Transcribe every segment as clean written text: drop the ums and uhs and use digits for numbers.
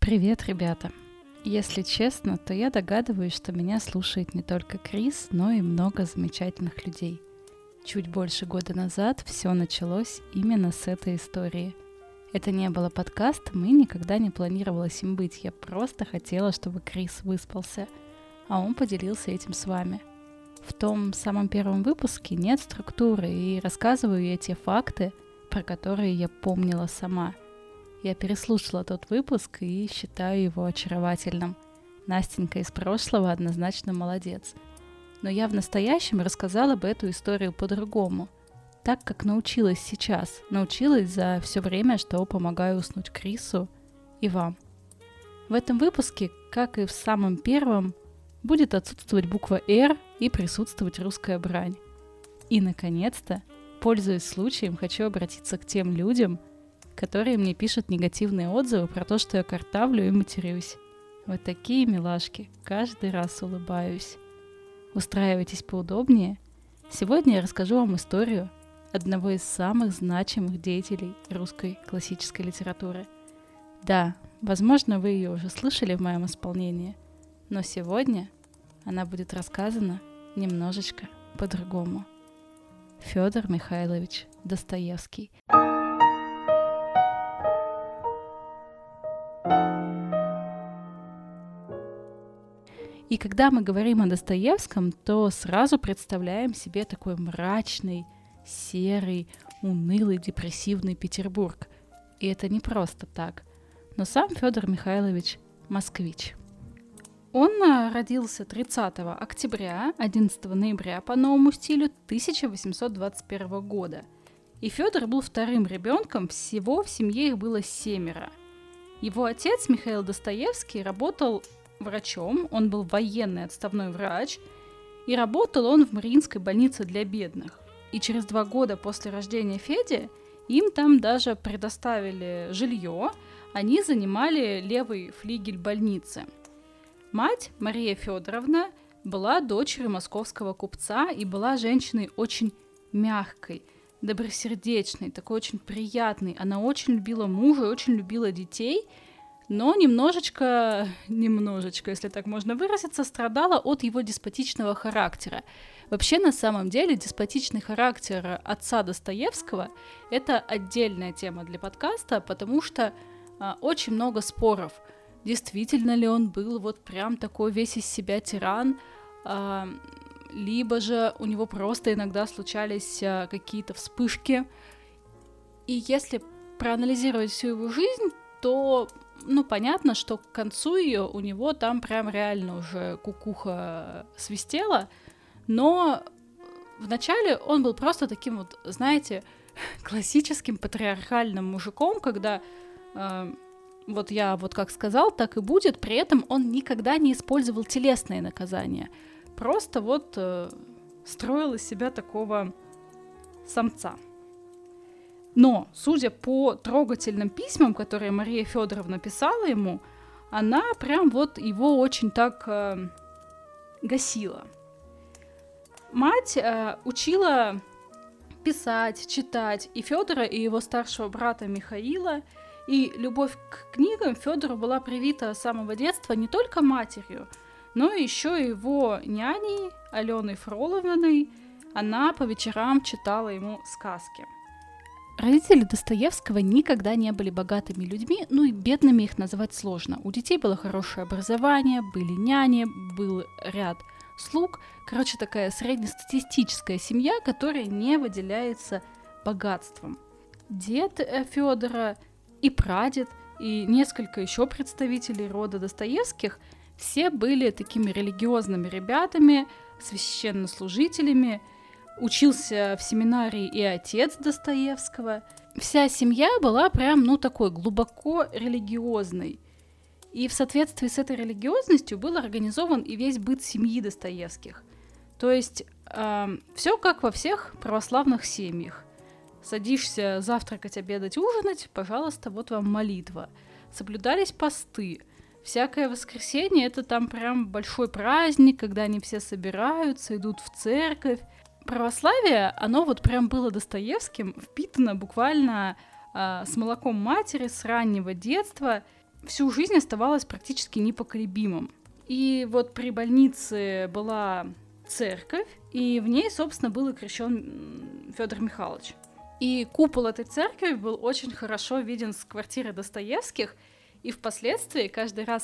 Привет, ребята! Если честно, то я догадываюсь, что меня слушает не только Крис, но и много замечательных людей. Чуть больше года назад все началось именно с этой истории. Это не было подкастом и никогда не планировалось им быть. Я просто хотела, чтобы Крис выспался, а он поделился этим с вами. В том самом первом выпуске нет структуры, и рассказываю я те факты, про которые я помнила сама. Я переслушала тот выпуск и считаю его очаровательным. Настенька из прошлого однозначно молодец. Но я в настоящем рассказала бы эту историю по-другому. Так, как научилась сейчас. Научилась за все время, что помогаю уснуть Крису и вам. В этом выпуске, как и в самом первом, будет отсутствовать буква «Р» и присутствовать русская брань. И, наконец-то, пользуясь случаем, хочу обратиться к тем людям, которые мне пишут негативные отзывы про то, что я картавлю и матерюсь. Вы такие милашки, каждый раз улыбаюсь. Устраивайтесь поудобнее. Сегодня я расскажу вам историю одного из самых значимых деятелей русской классической литературы. Да, возможно, вы ее уже слышали в моем исполнении, но сегодня она будет рассказана немножечко по-другому. Фёдор Михайлович Достоевский. И когда мы говорим о Достоевском, то сразу представляем себе такой мрачный, серый, унылый, депрессивный Петербург. И это не просто так. Но сам Фёдор Михайлович москвич. Он родился 30 октября, 11 ноября по новому стилю 1821 года. И Фёдор был вторым ребенком, всего в семье их было 7. Его отец Михаил Достоевский работал врачом, он был военный отставной врач, и работал он в Мариинской больнице для бедных. И через 2 года после рождения Феди им там даже предоставили жилье, они занимали левый флигель больницы. Мать, Мария Федоровна, была дочерью московского купца и была женщиной очень мягкой, добросердечной, такой очень приятной. Она очень любила мужа и очень любила детей, но немножечко, если так можно выразиться, страдала от его деспотичного характера. Вообще, на самом деле, деспотичный характер отца Достоевского – это отдельная тема для подкаста, потому что очень много споров. Действительно ли он был вот прям такой весь из себя тиран, либо же у него просто иногда случались какие-то вспышки. И если проанализировать всю его жизнь, то понятно, что к концу ее у него там прям реально уже кукуха свистела, но вначале он был просто таким вот, знаете, классическим патриархальным мужиком, когда вот я вот как сказал, так и будет, при этом он никогда не использовал телесные наказания, просто вот строил из себя такого самца. Но, судя по трогательным письмам, которые Мария Федоровна писала ему, она прям вот его очень так гасила. Мать учила писать, читать и Федора, и его старшего брата Михаила, и любовь к книгам Федору была привита с самого детства не только матерью, но еще и его няней Аленой Фроловной. Она по вечерам читала ему сказки. Родители Достоевского никогда не были богатыми людьми, и бедными их называть сложно. У детей было хорошее образование, были няни, был ряд слуг. Короче, такая среднестатистическая семья, которая не выделяется богатством. Дед Федора и прадед, и несколько еще представителей рода Достоевских все были такими религиозными ребятами, священнослужителями. Учился в семинарии и отец Достоевского. Вся семья была прям, такой глубоко религиозной. И в соответствии с этой религиозностью был организован и весь быт семьи Достоевских. То есть все как во всех православных семьях. Садишься завтракать, обедать, ужинать, пожалуйста, вот вам молитва. Соблюдались посты. Всякое воскресенье — это там прям большой праздник, когда они все собираются, идут в церковь. Православие, оно вот прям было Достоевским впитано буквально с молоком матери, с раннего детства. всю жизнь оставалось практически непоколебимым. И вот при больнице была церковь, и в ней, собственно, был крещен Федор Михайлович. И купол этой церкви был очень хорошо виден с квартиры Достоевских, и впоследствии, каждый раз,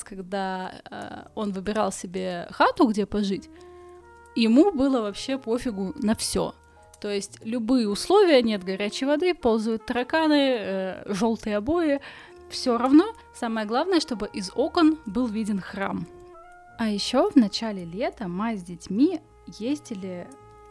когда он выбирал себе хату, где пожить, ему было вообще пофигу на все. То есть любые условия, нет горячей воды, ползают тараканы, желтые обои, все равно. Самое главное, чтобы из окон был виден храм. А еще в начале лета мать с детьми ездили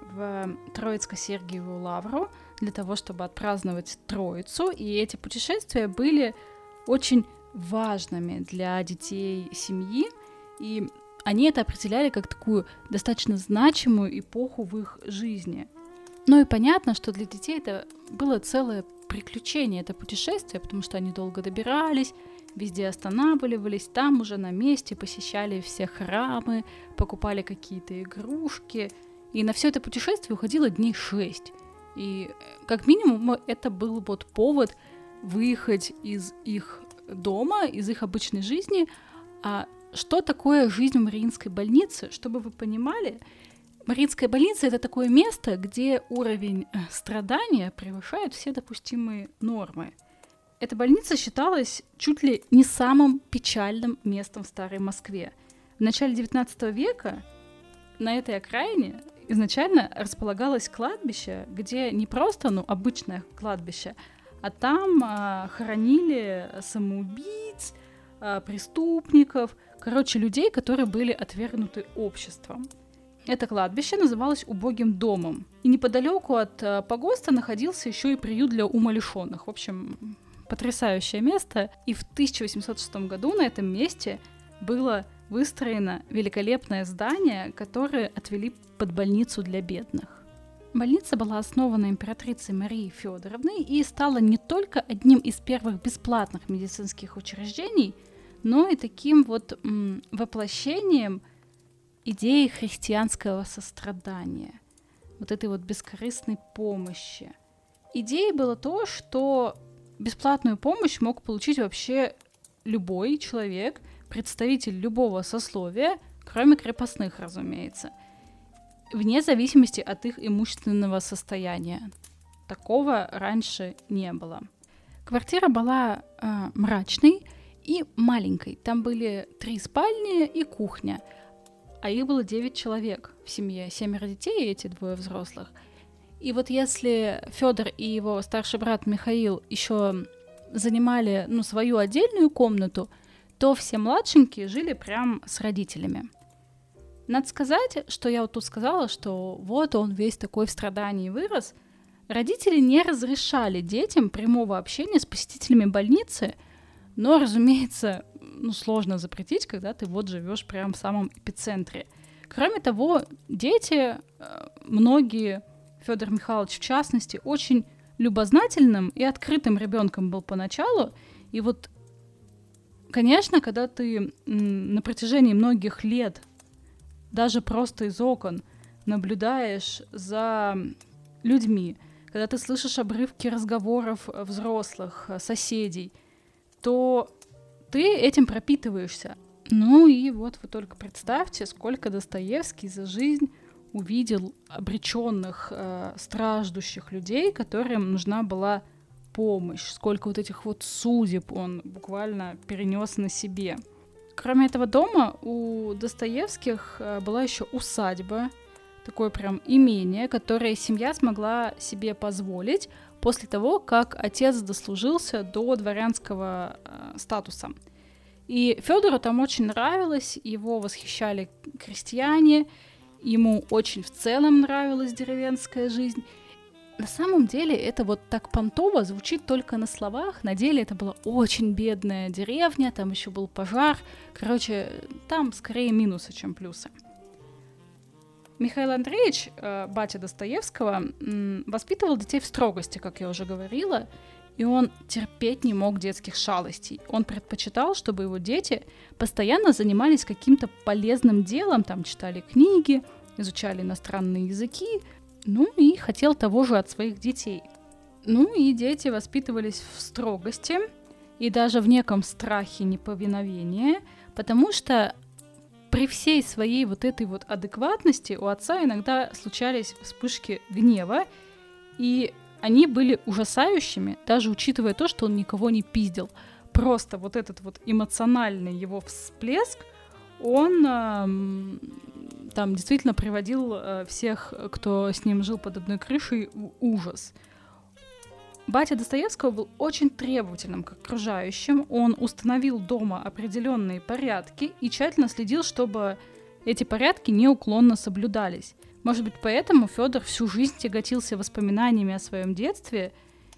в Троицко-Сергиеву лавру для того, чтобы отпраздновать Троицу, и эти путешествия были очень важными для детей семьи, и они это определяли как такую достаточно значимую эпоху в их жизни. Ну и понятно, что для детей это было целое приключение, это путешествие, потому что они долго добирались, везде останавливались, там уже на месте посещали все храмы, покупали какие-то игрушки, и на все это путешествие уходило дней 6. И как минимум это был вот повод выехать из их дома, из их обычной жизни. А что такое жизнь в Мариинской больнице? Чтобы вы понимали, Мариинская больница — это такое место, где уровень страдания превышает все допустимые нормы. Эта больница считалась чуть ли не самым печальным местом в Старой Москве. В начале XIX века на этой окраине изначально располагалось кладбище, где не просто обычное кладбище, а там хоронили самоубийц, преступников, людей, которые были отвергнуты обществом. Это кладбище называлось убогим домом. И неподалеку от погоста находился еще и приют для умалишенных. В общем, потрясающее место. И в 1806 году на этом месте было выстроено великолепное здание, которое отвели под больницу для бедных. Больница была основана императрицей Марией Федоровной и стала не только одним из первых бесплатных медицинских учреждений, но и таким вот воплощением идеи христианского сострадания, вот этой вот бескорыстной помощи. Идеей было то, что бесплатную помощь мог получить вообще любой человек, представитель любого сословия, кроме крепостных, разумеется, вне зависимости от их имущественного состояния. Такого раньше не было. Квартира была мрачной и маленькой. Там были 3 спальни и кухня, а их было 9 человек в семье, 7 детей и эти 2 взрослых. И вот если Федор и его старший брат Михаил еще занимали свою отдельную комнату, то все младшенькие жили прям с родителями. Надо сказать, что я вот тут сказала, что вот он весь такой в страдании вырос. Родители не разрешали детям прямого общения с посетителями больницы, но, разумеется, сложно запретить, когда ты вот живешь прям в самом эпицентре. Кроме того, дети, многие, Федор Михайлович в частности, очень любознательным и открытым ребенком был поначалу. И вот, конечно, когда ты на протяжении многих лет даже просто из окон наблюдаешь за людьми, когда ты слышишь обрывки разговоров взрослых, соседей, то ты этим пропитываешься. Ну и вот вы только представьте, сколько Достоевский за жизнь увидел обреченных, страждущих людей, которым нужна была помощь, сколько вот этих вот судеб он буквально перенес на себе. Кроме этого дома у Достоевских была еще усадьба, такое прям имение, которое семья смогла себе позволить после того, как отец дослужился до дворянского статуса. И Федору там очень нравилось, его восхищали крестьяне, ему очень в целом нравилась деревенская жизнь. На самом деле это вот так понтово звучит только на словах. На деле это была очень бедная деревня, там еще был пожар. Там скорее минусы, чем плюсы. Михаил Андреевич, батя Достоевского, воспитывал детей в строгости, как я уже говорила, и он терпеть не мог детских шалостей. Он предпочитал, чтобы его дети постоянно занимались каким-то полезным делом, там читали книги, изучали иностранные языки, и хотел того же от своих детей. И дети воспитывались в строгости, и даже в неком страхе неповиновения, потому что при всей своей вот этой вот адекватности у отца иногда случались вспышки гнева, и они были ужасающими, даже учитывая то, что он никого не пиздил. Просто вот этот вот эмоциональный его всплеск, он там действительно приводил всех, кто с ним жил под одной крышей, в ужас. Батя Достоевского был очень требовательным к окружающим. Он установил дома определенные порядки и тщательно следил, чтобы эти порядки неуклонно соблюдались. Может быть, поэтому Фёдор всю жизнь тяготился воспоминаниями о своем детстве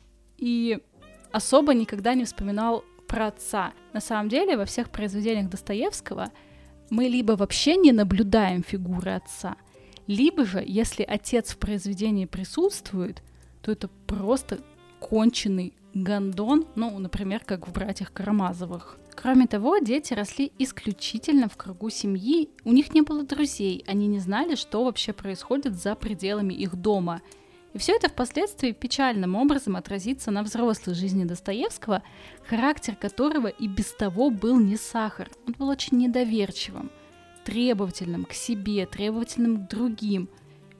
и особо никогда не вспоминал про отца. На самом деле, во всех произведениях Достоевского мы либо вообще не наблюдаем фигуры отца, либо же, если отец в произведении присутствует, то это просто конченый гондон, ну, например, как в «Братьях Карамазовых». Кроме того, дети росли исключительно в кругу семьи, у них не было друзей, они не знали, что вообще происходит за пределами их дома. И все это впоследствии печальным образом отразится на взрослой жизни Достоевского, характер которого и без того был не сахар. Он был очень недоверчивым, требовательным к себе, требовательным к другим,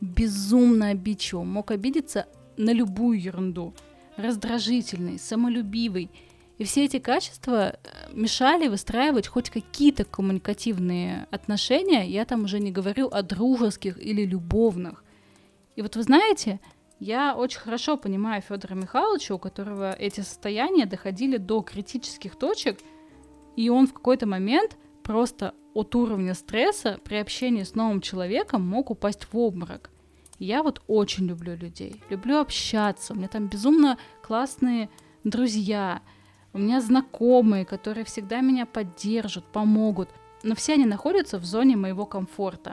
безумно обидчивым, мог обидеться на любую ерунду, раздражительный, самолюбивый. И все эти качества мешали выстраивать хоть какие-то коммуникативные отношения, я там уже не говорю о дружеских или любовных. И вот вы знаете, я очень хорошо понимаю Фёдора Михайловича, у которого эти состояния доходили до критических точек, и он в какой-то момент просто от уровня стресса при общении с новым человеком мог упасть в обморок. Я вот очень люблю людей, люблю общаться, у меня там безумно классные друзья, у меня знакомые, которые всегда меня поддержат, помогут, но все они находятся в зоне моего комфорта.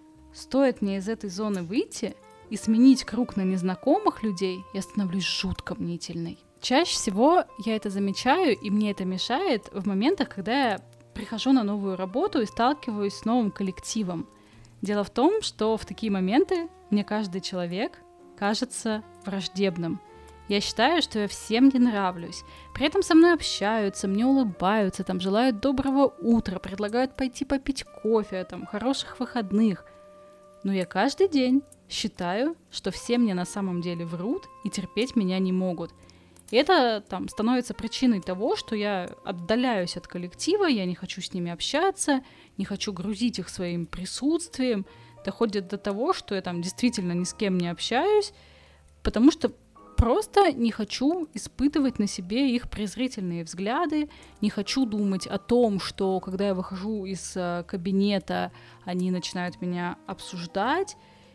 Стоит мне из этой зоны выйти и сменить круг на незнакомых людей, я становлюсь жутко мнительной. Чаще всего я это замечаю, и мне это мешает в моментах, когда я прихожу на новую работу и сталкиваюсь с новым коллективом. Дело в том, что в такие моменты мне каждый человек кажется враждебным. Я считаю, что я всем не нравлюсь. При этом со мной общаются, мне улыбаются, там, желают доброго утра, предлагают пойти попить кофе, там, хороших выходных. Но я каждый день считаю, что все мне на самом деле врут и терпеть меня не могут. И это там становится причиной того, что я отдаляюсь от коллектива, я не хочу с ними общаться, не хочу грузить их своим присутствием. Доходит до того, что я там действительно ни с кем не общаюсь, потому что просто не хочу испытывать на себе их презрительные взгляды, не хочу думать о том, что когда я выхожу из кабинета, они начинают меня обсуждать,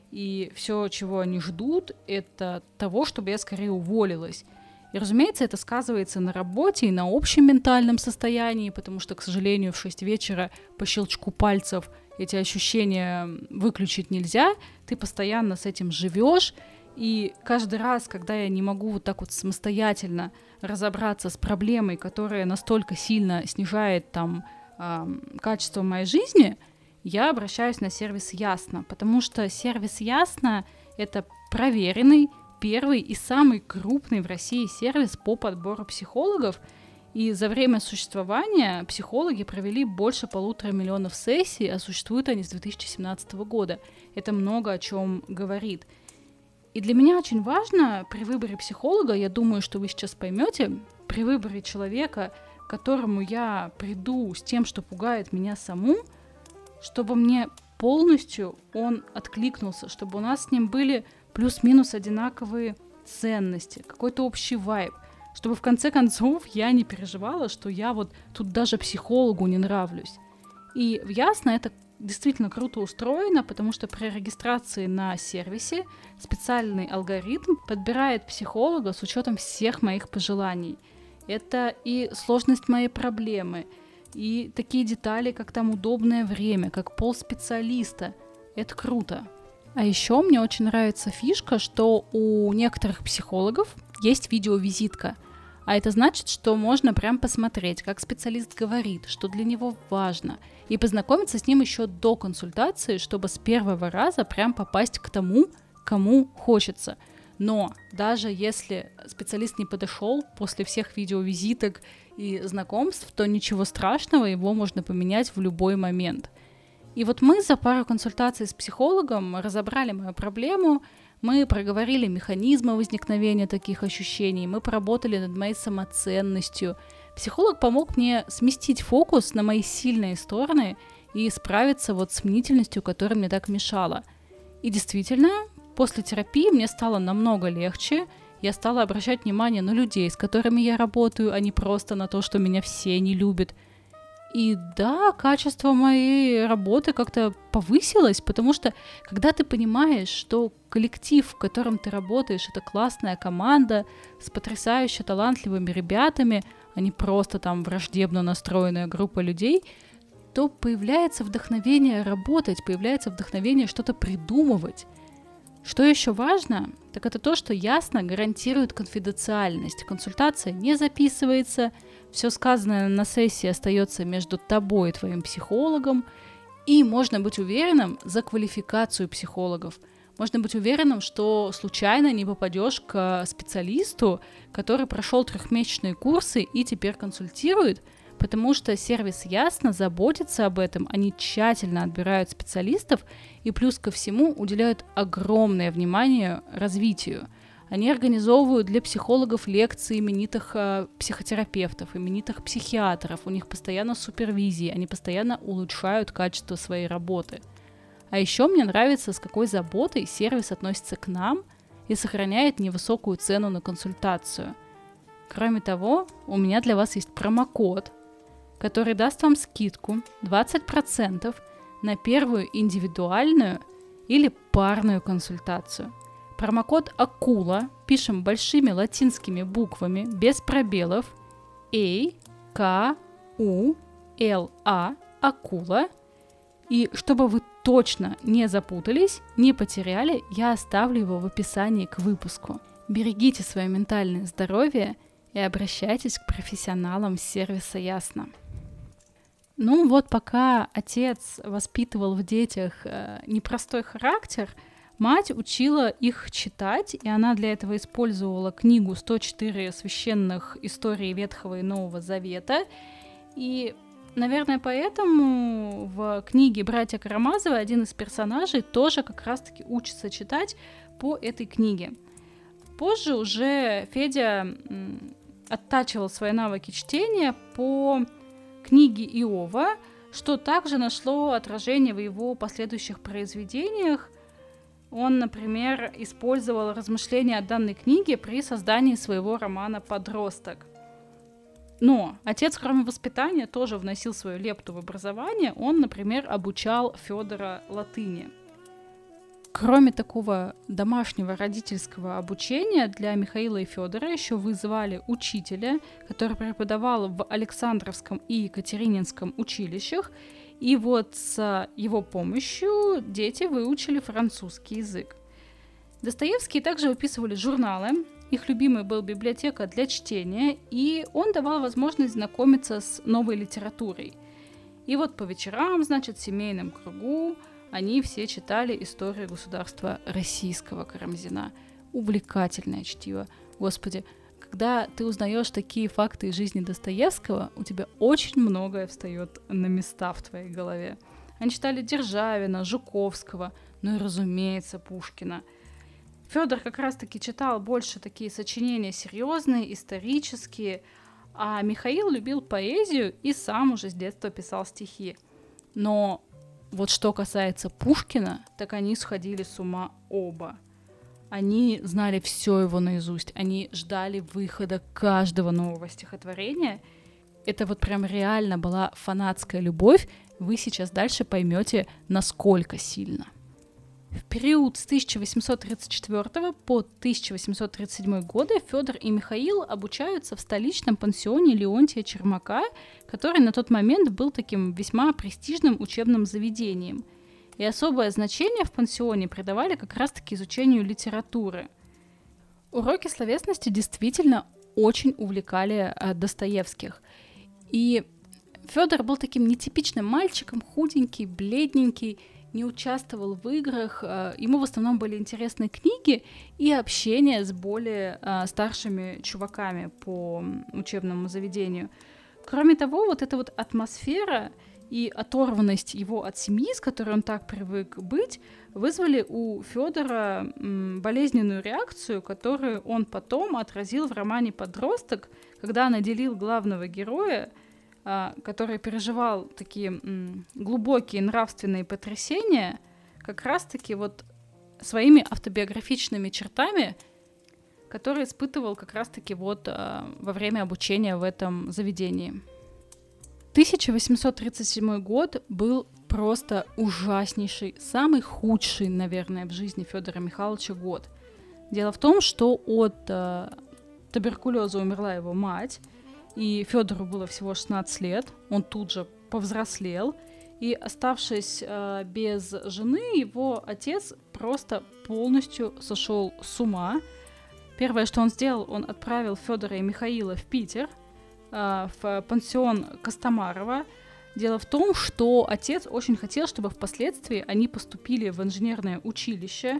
и все, чего они ждут, это того, чтобы я скорее уволилась. И, разумеется, это сказывается на работе и на общем ментальном состоянии, потому что, к сожалению, в 6 вечера по щелчку пальцев эти ощущения выключить нельзя, ты постоянно с этим живешь, и каждый раз, когда я не могу вот так вот самостоятельно разобраться с проблемой, которая настолько сильно снижает там качество моей жизни, я обращаюсь на сервис Ясно, потому что сервис Ясно — это проверенный, первый и самый крупный в России сервис по подбору психологов, и за время существования психологи провели больше 1,5 миллиона сессий, а существуют они с 2017 года. Это много о чем говорит. И для меня очень важно при выборе психолога, я думаю, что вы сейчас поймете, при выборе человека, к которому я приду с тем, что пугает меня саму, чтобы мне полностью он откликнулся, чтобы у нас с ним были плюс-минус одинаковые ценности, какой-то общий вайб, чтобы в конце концов я не переживала, что я вот тут даже психологу не нравлюсь. И в Ясно это действительно круто устроено, потому что при регистрации на сервисе специальный алгоритм подбирает психолога с учетом всех моих пожеланий. Это и сложность моей проблемы, и такие детали, как там удобное время, как пол специалиста. Это круто. А еще мне очень нравится фишка, что у некоторых психологов есть видеовизитка. А это значит, что можно прям посмотреть, как специалист говорит, что для него важно, и познакомиться с ним еще до консультации, чтобы с первого раза прям попасть к тому, кому хочется. Но даже если специалист не подошел после всех видеовизиток и знакомств, то ничего страшного, его можно поменять в любой момент. И вот мы за пару консультаций с психологом разобрали мою проблему, мы проговорили механизмы возникновения таких ощущений, мы поработали над моей самоценностью. Психолог помог мне сместить фокус на мои сильные стороны и справиться вот с мнительностью, которая мне так мешала. И действительно, после терапии мне стало намного легче, я стала обращать внимание на людей, с которыми я работаю, а не просто на то, что меня все не любят. И да, качество моей работы как-то повысилось, потому что когда ты понимаешь, что коллектив, в котором ты работаешь, это классная команда с потрясающе талантливыми ребятами, а не просто там враждебно настроенная группа людей, то появляется вдохновение работать, появляется вдохновение что-то придумывать. Что еще важно, так это то, что ясно гарантирует конфиденциальность. Консультация не записывается, все сказанное на сессии остается между тобой и твоим психологом, и можно быть уверенным за квалификацию психологов. Можно быть уверенным, что случайно не попадешь к специалисту, который прошел 3-месячные курсы и теперь консультирует, потому что сервис Ясно заботится об этом, они тщательно отбирают специалистов и плюс ко всему уделяют огромное внимание развитию. Они организовывают для психологов лекции именитых психотерапевтов, именитых психиатров, у них постоянно супервизии, они постоянно улучшают качество своей работы. А еще мне нравится, с какой заботой сервис относится к нам и сохраняет невысокую цену на консультацию. Кроме того, у меня для вас есть промокод, который даст вам скидку 20% на первую индивидуальную или парную консультацию. Промокод АКУЛА пишем большими латинскими буквами, без пробелов, A-K-U-L-A, АКУЛА. И чтобы вы точно не запутались, не потеряли, я оставлю его в описании к выпуску. Берегите свое ментальное здоровье и обращайтесь к профессионалам сервиса Ясно. Ну вот пока отец воспитывал в детях непростой характер, мать учила их читать, и она для этого использовала книгу «104 священных историй Ветхого и Нового Завета». И, наверное, поэтому в книге «Братья Карамазовы» один из персонажей тоже как раз-таки учится читать по этой книге. Позже уже Федя оттачивал свои навыки чтения по книге Иова, что также нашло отражение в его последующих произведениях. Он, например, использовал размышления о данной книге при создании своего романа «Подросток». Но отец, кроме воспитания, тоже вносил свою лепту в образование. Он, например, обучал Федора латыни. Кроме такого домашнего родительского обучения, для Михаила и Федора еще вызвали учителя, который преподавал в Александровском и Екатерининском училищах. И вот с его помощью дети выучили французский язык. Достоевские также выписывали журналы. Их любимой был библиотека для чтения, и он давал возможность знакомиться с новой литературой. И вот по вечерам, значит, в семейном кругу они все читали историю государства российского Карамзина. Увлекательное чтиво. Господи, когда ты узнаешь такие факты из жизни Достоевского, у тебя очень многое встает на места в твоей голове. Они читали Державина, Жуковского, ну и, разумеется, Пушкина. Федор как раз-таки читал больше такие сочинения серьезные, исторические, а Михаил любил поэзию и сам уже с детства писал стихи. Но вот что касается Пушкина, так они сходили с ума оба. Они знали все его наизусть, они ждали выхода каждого нового стихотворения. Это вот прям реально была фанатская любовь. Вы сейчас дальше поймете, насколько сильно. В период с 1834 по 1837 годы Федор и Михаил обучаются в столичном пансионе Леонтия Чермака, который на тот момент был таким весьма престижным учебным заведением. И особое значение в пансионе придавали как раз-таки изучению литературы. Уроки словесности действительно очень увлекали Достоевских. И Федор был таким нетипичным мальчиком, худенький, бледненький, не участвовал в играх, ему в основном были интересны книги и общение с более старшими чуваками по учебному заведению. Кроме того, вот эта вот атмосфера и оторванность его от семьи, с которой он так привык быть, вызвали у Федора болезненную реакцию, которую он потом отразил в романе «Подросток», когда наделил главного героя, который переживал такие глубокие нравственные потрясения, как раз-таки вот своими автобиографичными чертами, которые испытывал как раз-таки вот во время обучения в этом заведении. 1837 год был просто ужаснейший, самый худший, наверное, в жизни Федора Михайловича год. Дело в том, что от туберкулеза умерла его мать, и Федору было всего 16 лет, он тут же повзрослел, и, оставшись без жены, его отец просто полностью сошел с ума. Первое, что он сделал, он отправил Федора и Михаила в Питер, в пансион Костомарова. Дело в том, что отец очень хотел, чтобы впоследствии они поступили в инженерное училище,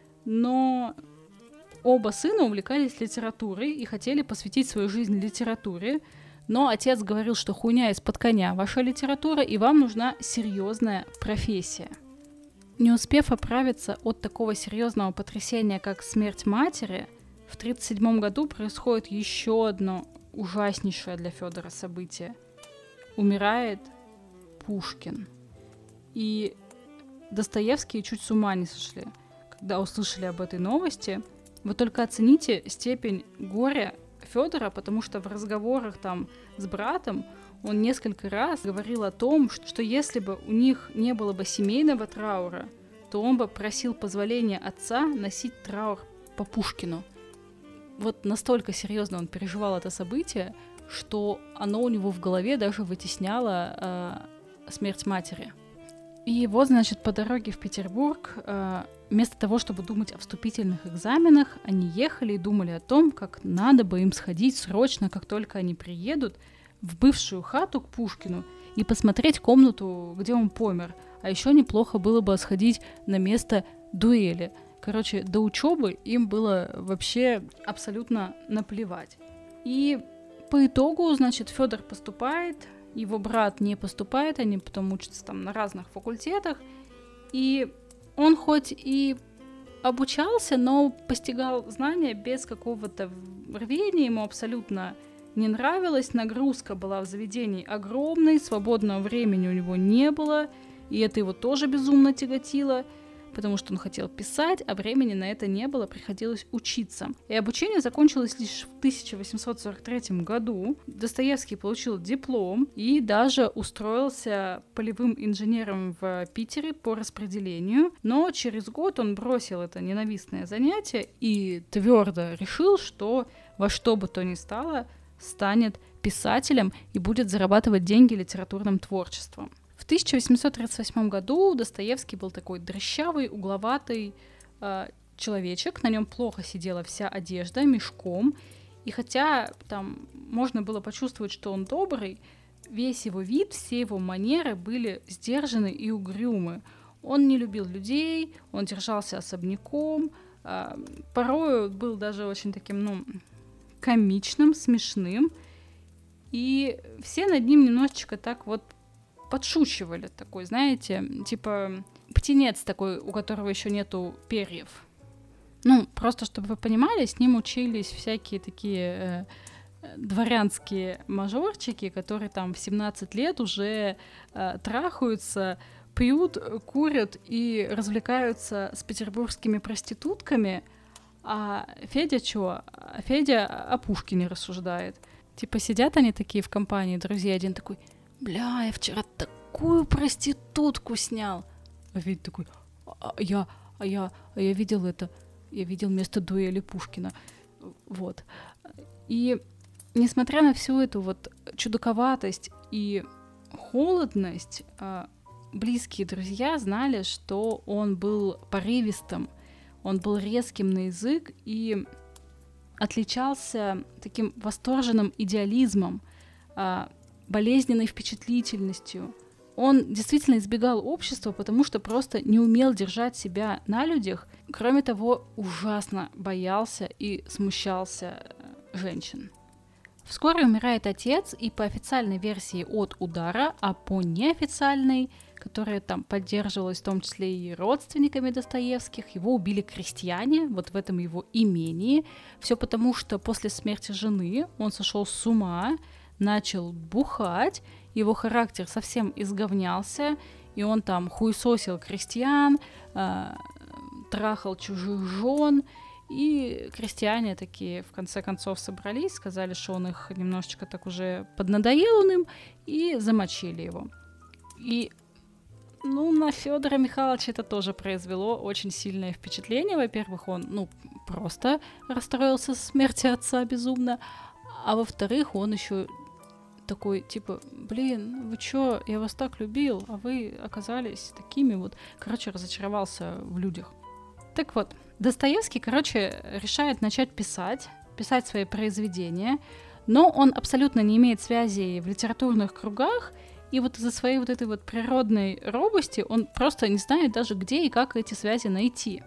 но оба сына увлекались литературой и хотели посвятить свою жизнь литературе, но отец говорил, что хуйня из-под коня ваша литература, и вам нужна серьезная профессия. Не успев оправиться от такого серьезного потрясения, как смерть матери, в 1937 году происходит еще одно ужаснейшее для Федора событие. Умирает Пушкин. И Достоевские чуть с ума не сошли, когда услышали об этой новости. Вы только оцените степень горя Федора, потому что в разговорах там с братом он несколько раз говорил о том, что если бы у них не было бы семейного траура, то он бы просил позволения отца носить траур по Пушкину. Вот настолько серьезно он переживал это событие, что оно у него в голове даже вытесняло смерть матери. И вот, значит, по дороге в Петербург, вместо того, чтобы думать о вступительных экзаменах, они ехали и думали о том, как надо бы им сходить срочно, как только они приедут, в бывшую хату к Пушкину и посмотреть комнату, где он помер. А еще неплохо было бы сходить на место дуэли. Короче, до учебы им было вообще абсолютно наплевать. И по итогу, значит, Федор поступает, его брат не поступает, они потом учатся там на разных факультетах. И он хоть и обучался, но постигал знания без какого-то рвения, ему абсолютно не нравилось. Нагрузка была в заведении огромной, свободного времени у него не было, и это его тоже безумно тяготило, потому что он хотел писать, а времени на это не было, приходилось учиться. И обучение закончилось лишь в 1843 году. Достоевский получил диплом и даже устроился полевым инженером в Питере по распределению, но через год он бросил это ненавистное занятие и твердо решил, что во что бы то ни стало станет писателем и будет зарабатывать деньги литературным творчеством. В 1838 году Достоевский был такой дрыщавый, угловатый человечек, на нем плохо сидела вся одежда, мешком, и хотя там можно было почувствовать, что он добрый, весь его вид, все его манеры были сдержаны и угрюмы. Он не любил людей, он держался особняком, порою был даже очень таким, комичным, смешным, и все над ним немножечко так вот подшучивали, такой, знаете, типа птенец такой, у которого еще нету перьев. Просто чтобы вы понимали, с ним учились всякие такие дворянские мажорчики, которые там в 17 лет уже трахаются, пьют, курят и развлекаются с петербургскими проститутками, а Федя чё? Федя о Пушкине рассуждает. Типа сидят они такие в компании, друзья, один такой: «Бля, я вчера такую проститутку снял». А Федя такой: я видел это. Я видел место дуэли Пушкина. Вот. И несмотря на всю эту вот чудаковатость и холодность, близкие друзья знали, что он был порывистым, он был резким на язык и отличался таким восторженным идеализмом, болезненной впечатлительностью, Он действительно избегал общества, потому что просто не умел держать себя на людях. Кроме того, ужасно боялся и смущался женщин. Вскоре умирает отец, и по официальной версии от удара, а по неофициальной, которая там поддерживалась в том числе и родственниками Достоевских, его убили крестьяне, вот в этом его имении. Все потому, что после смерти жены он сошел с ума, начал бухать, его характер совсем изговнялся, и он там хуесосил крестьян, трахал чужих жен, и крестьяне такие в конце концов собрались, сказали, что он их немножечко так уже поднадоел им, и замочили его. И на Федора Михайловича это тоже произвело очень сильное впечатление. Во-первых, он, просто расстроился со смерти отца безумно, а во-вторых, он еще такой, типа, блин, вы чё, я вас так любил, а вы оказались такими вот. Разочаровался в людях. Так вот, Достоевский, решает начать писать свои произведения, но он абсолютно не имеет связей в литературных кругах, и вот из-за своей вот этой вот природной робости он просто не знает даже, где и как эти связи найти.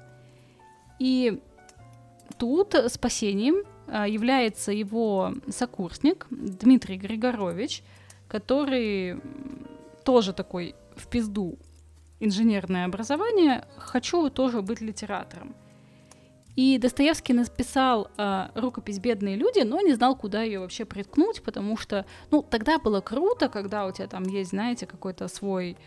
И тут спасением является его сокурсник Дмитрий Григорович, который тоже такой в пизду инженерное образование, хочу тоже быть литератором. И Достоевский написал рукопись «Бедные люди», но не знал, куда ее вообще приткнуть, потому что, тогда было круто, когда у тебя там есть, знаете, какой-то свой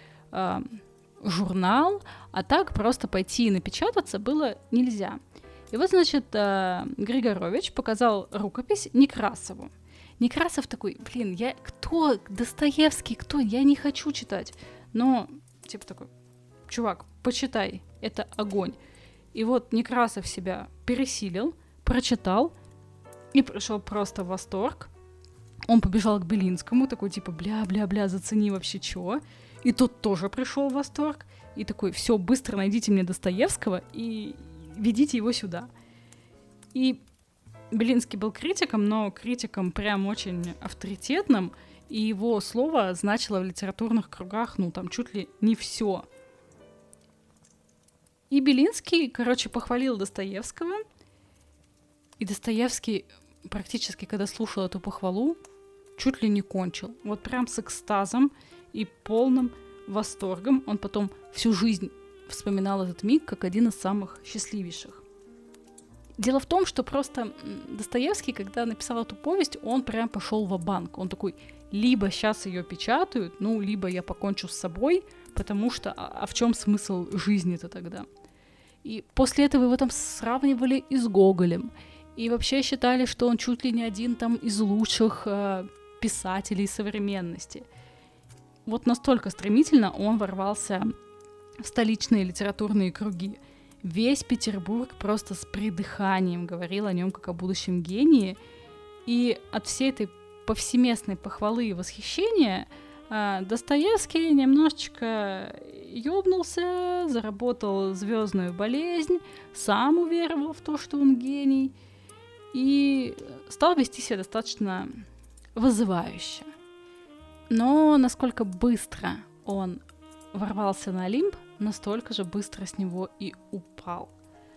журнал, а так просто пойти и напечататься было нельзя. И вот, значит, Григорович показал рукопись Некрасову. Некрасов такой, кто? Достоевский, кто? Я не хочу читать. Но, такой, чувак, почитай, это огонь. И вот Некрасов себя пересилил, прочитал и пришел просто в восторг. Он побежал к Белинскому, такой бля, зацени вообще чего. И тот тоже пришел в восторг. И такой, все, быстро найдите мне Достоевского и ведите его сюда. И Белинский был критиком, но критиком прям очень авторитетным. И его слово значило в литературных кругах, чуть ли не все. И Белинский, похвалил Достоевского. И Достоевский практически, когда слушал эту похвалу, чуть ли не кончил. Вот прям с экстазом и полным восторгом. Он потом всю жизнь вспоминал этот миг как один из самых счастливейших. Дело в том, что просто Достоевский, когда написал эту повесть, он прям пошел ва-банк. Он такой, либо сейчас ее печатают, либо я покончу с собой, потому что в чем смысл жизни-то тогда? И после этого его там сравнивали и с Гоголем. И вообще считали, что он чуть ли не один там из лучших писателей современности. Вот настолько стремительно он ворвался в столичные литературные круги. Весь Петербург просто с придыханием говорил о нем как о будущем гении. И от всей этой повсеместной похвалы и восхищения Достоевский немножечко ёбнулся, заработал звездную болезнь, сам уверовал в то, что он гений, и стал вести себя достаточно вызывающе. Но насколько быстро он ворвался на Олимп, настолько же быстро с него и упал.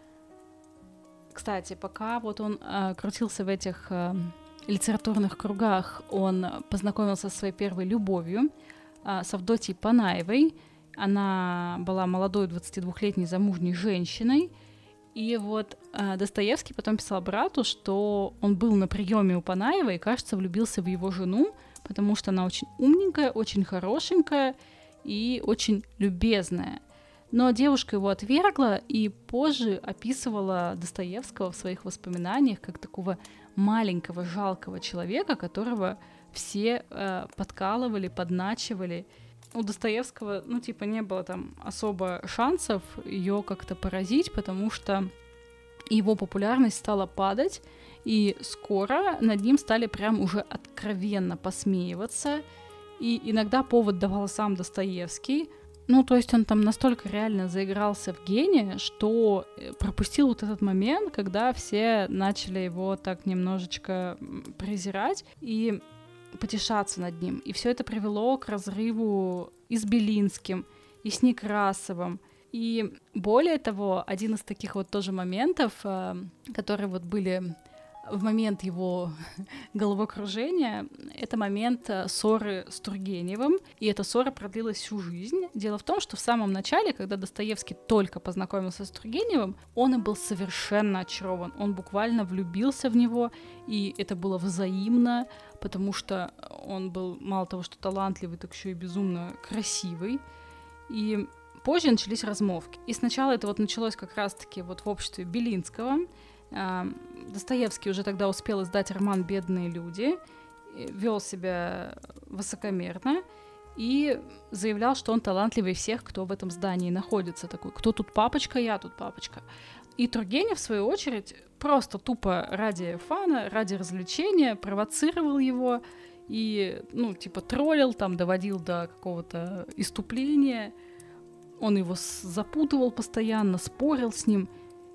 Кстати, пока вот он крутился в этих литературных кругах, он познакомился со своей первой любовью, с Авдотьей Панаевой. Она была молодой 22-летней замужней женщиной. И вот Достоевский потом писал брату, что он был на приеме у Панаевой и, кажется, влюбился в его жену, потому что она очень умненькая, очень хорошенькая и очень любезная. Но девушка его отвергла и позже описывала Достоевского в своих воспоминаниях как такого маленького, жалкого человека, которого все подкалывали, подначивали. У Достоевского, не было там особо шансов ее как-то поразить, потому что его популярность стала падать, и скоро над ним стали прям уже откровенно посмеиваться, и иногда повод давал сам Достоевский. То есть он там настолько реально заигрался в гения, что пропустил вот этот момент, когда все начали его так немножечко презирать и потешаться над ним. И все это привело к разрыву и с Белинским, и с Некрасовым. И более того, один из таких вот тоже моментов, которые вот были в момент его головокружения, это момент ссоры с Тургеневым, и эта ссора продлилась всю жизнь. Дело в том, что в самом начале, когда Достоевский только познакомился с Тургеневым, он и был совершенно очарован, он буквально влюбился в него, и это было взаимно, потому что он был мало того, что талантливый, так еще и безумно красивый. И позже начались размолвки. И сначала это вот началось как раз-таки вот в обществе Белинского. Достоевский уже тогда успел издать роман «Бедные люди», вел себя высокомерно и заявлял, что он талантливее всех, кто в этом здании находится. Такой: кто тут папочка, я тут папочка. И Тургенев, в свою очередь, просто тупо ради фана, ради развлечения провоцировал его и, троллил, там, доводил до какого-то исступления. Он его запутывал постоянно, спорил с ним.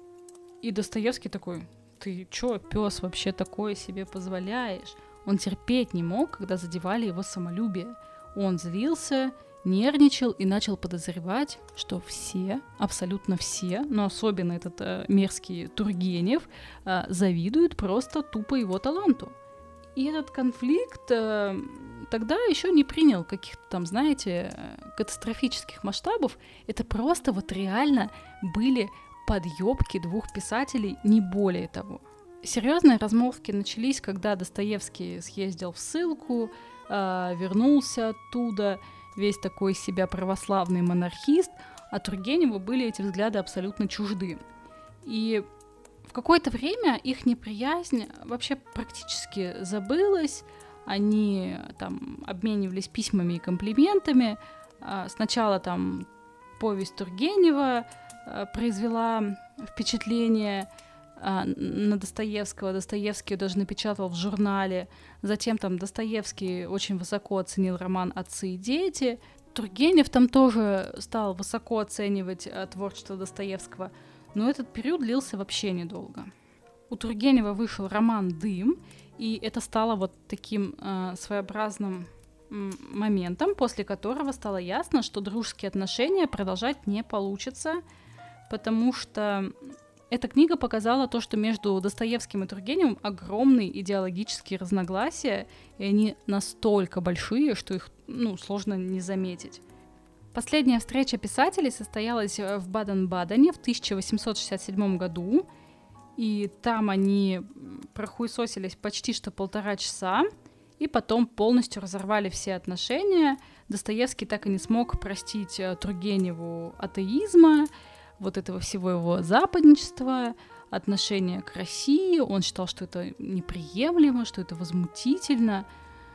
И Достоевский такой: ты чё, пёс, вообще такое себе позволяешь? Он терпеть не мог, когда задевали его самолюбие. Он злился, нервничал и начал подозревать, что все, абсолютно все, но особенно этот мерзкий Тургенев, завидуют просто тупо его таланту. И этот конфликт тогда еще не принял каких-то там, знаете, катастрофических масштабов. Это просто вот реально были подъёбки двух писателей, не более того. Серьезные размолвки начались, когда Достоевский съездил в ссылку, вернулся оттуда, весь такой из себя православный монархист, а Тургеневу были эти взгляды абсолютно чужды. И в какое-то время их неприязнь вообще практически забылась, они там обменивались письмами и комплиментами. Сначала там повесть Тургенева произвела впечатление на Достоевского. Достоевский ее даже напечатал в журнале. Затем там Достоевский очень высоко оценил роман «Отцы и дети». Тургенев там тоже стал высоко оценивать творчество Достоевского. Но этот период длился вообще недолго. У Тургенева вышел роман «Дым», и это стало вот таким своеобразным моментом, после которого стало ясно, что дружеские отношения продолжать не получится, потому что эта книга показала то, что между Достоевским и Тургеневым огромные идеологические разногласия, и они настолько большие, что их сложно не заметить. Последняя встреча писателей состоялась в Баден-Бадене в 1867 году, и там они прохуесосились почти что 1,5 часа, и потом полностью разорвали все отношения. Достоевский так и не смог простить Тургеневу атеизма, вот этого всего его западничества, отношения к России. Он считал, что это неприемлемо, что это возмутительно.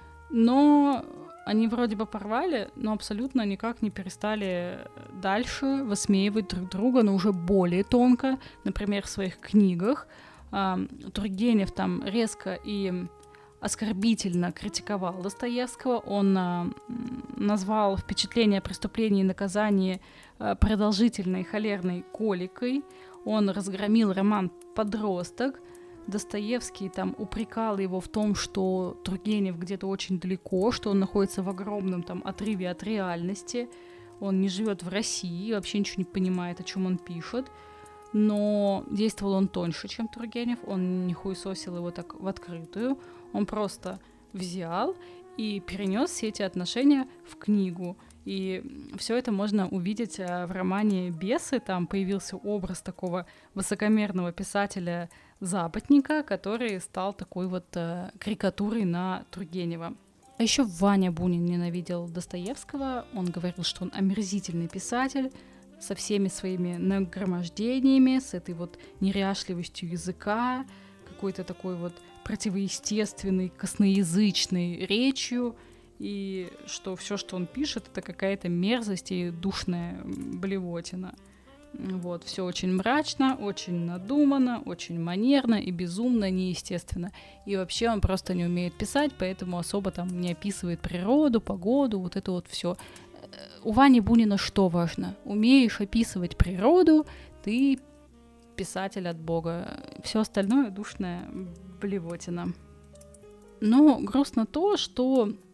Но они вроде бы порвали, но абсолютно никак не перестали дальше высмеивать друг друга, но уже более тонко, например, в своих книгах. Тургенев там резко и оскорбительно критиковал Достоевского. Он назвал «Впечатление о преступлении и наказании» продолжительной холерной коликой. Он разгромил роман «Подросток». Достоевский там упрекал его в том, что Тургенев где-то очень далеко, что он находится в огромном там отрыве от реальности. Он не живет в России, вообще ничего не понимает, о чем он пишет. Но действовал он тоньше, чем Тургенев. Он не хуесосил его так в открытую. Он просто взял и перенес все эти отношения в книгу. И все это можно увидеть в романе «Бесы». Там появился образ такого высокомерного писателя-западника, который стал такой вот карикатурой на Тургенева. А еще Ваня Бунин ненавидел Достоевского. Он говорил, что он омерзительный писатель со всеми своими нагромождениями, с этой вот неряшливостью языка, какой-то такой вот противоестественной, косноязычной речью, и что все, что он пишет, это какая-то мерзость и душная блевотина. Вот, все очень мрачно, очень надуманно, очень манерно и безумно неестественно. И вообще он просто не умеет писать, поэтому особо там не описывает природу, погоду, вот это вот все. У Вани Бунина что важно? Умеешь описывать природу, ты писатель от Бога. Все остальное душная блевотина. Но грустно то, что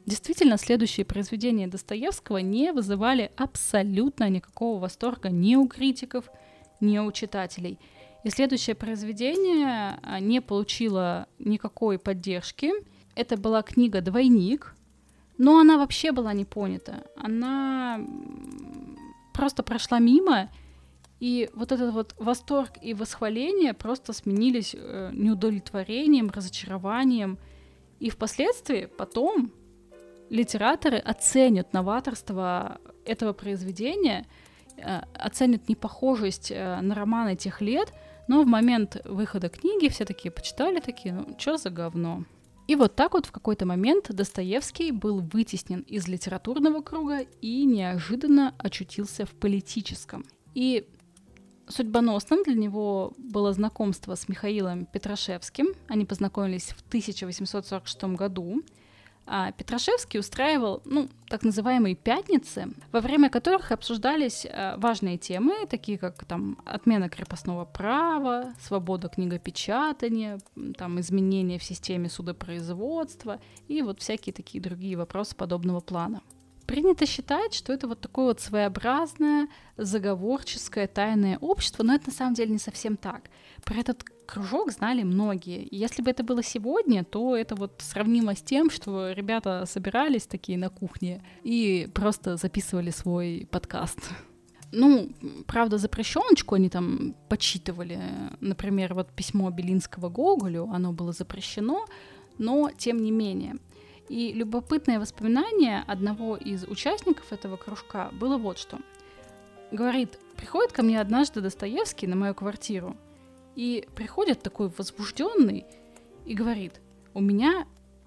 Действительно, следующие произведения Достоевского не вызывали абсолютно никакого восторга ни у критиков, ни у читателей. И следующее произведение не получило никакой поддержки. Это была книга «Двойник», но она вообще была не понята. Она просто прошла мимо, и вот этот вот восторг и восхваление просто сменились неудовлетворением, разочарованием. И впоследствии, потом, литераторы оценят новаторство этого произведения, оценят непохожесть на романы тех лет, но в момент выхода книги все такие почитали, такие, ну, чё за говно? И вот так вот в какой-то момент Достоевский был вытеснен из литературного круга и неожиданно очутился в политическом. И судьбоносным для него было знакомство с Михаилом Петрашевским. Они познакомились в 1846 году. А Петрашевский устраивал, так называемые «пятницы», во время которых обсуждались важные темы, такие как там отмена крепостного права, свобода книгопечатания, там изменения в системе судопроизводства и вот всякие такие другие вопросы подобного плана. Принято считать, что это вот такое вот своеобразное, заговорческое, тайное общество, но это на самом деле не совсем так. Про этот кружок знали многие. И если бы это было сегодня, то это вот сравнимо с тем, что ребята собирались такие на кухне и просто записывали свой подкаст. Правда, запрещеночку они там почитывали. Например, вот письмо Белинского Гоголю, оно было запрещено, но тем не менее. И любопытное воспоминание одного из участников этого кружка было вот что. Говорит, приходит ко мне однажды Достоевский на мою квартиру, и приходит такой возбужденный и говорит, у меня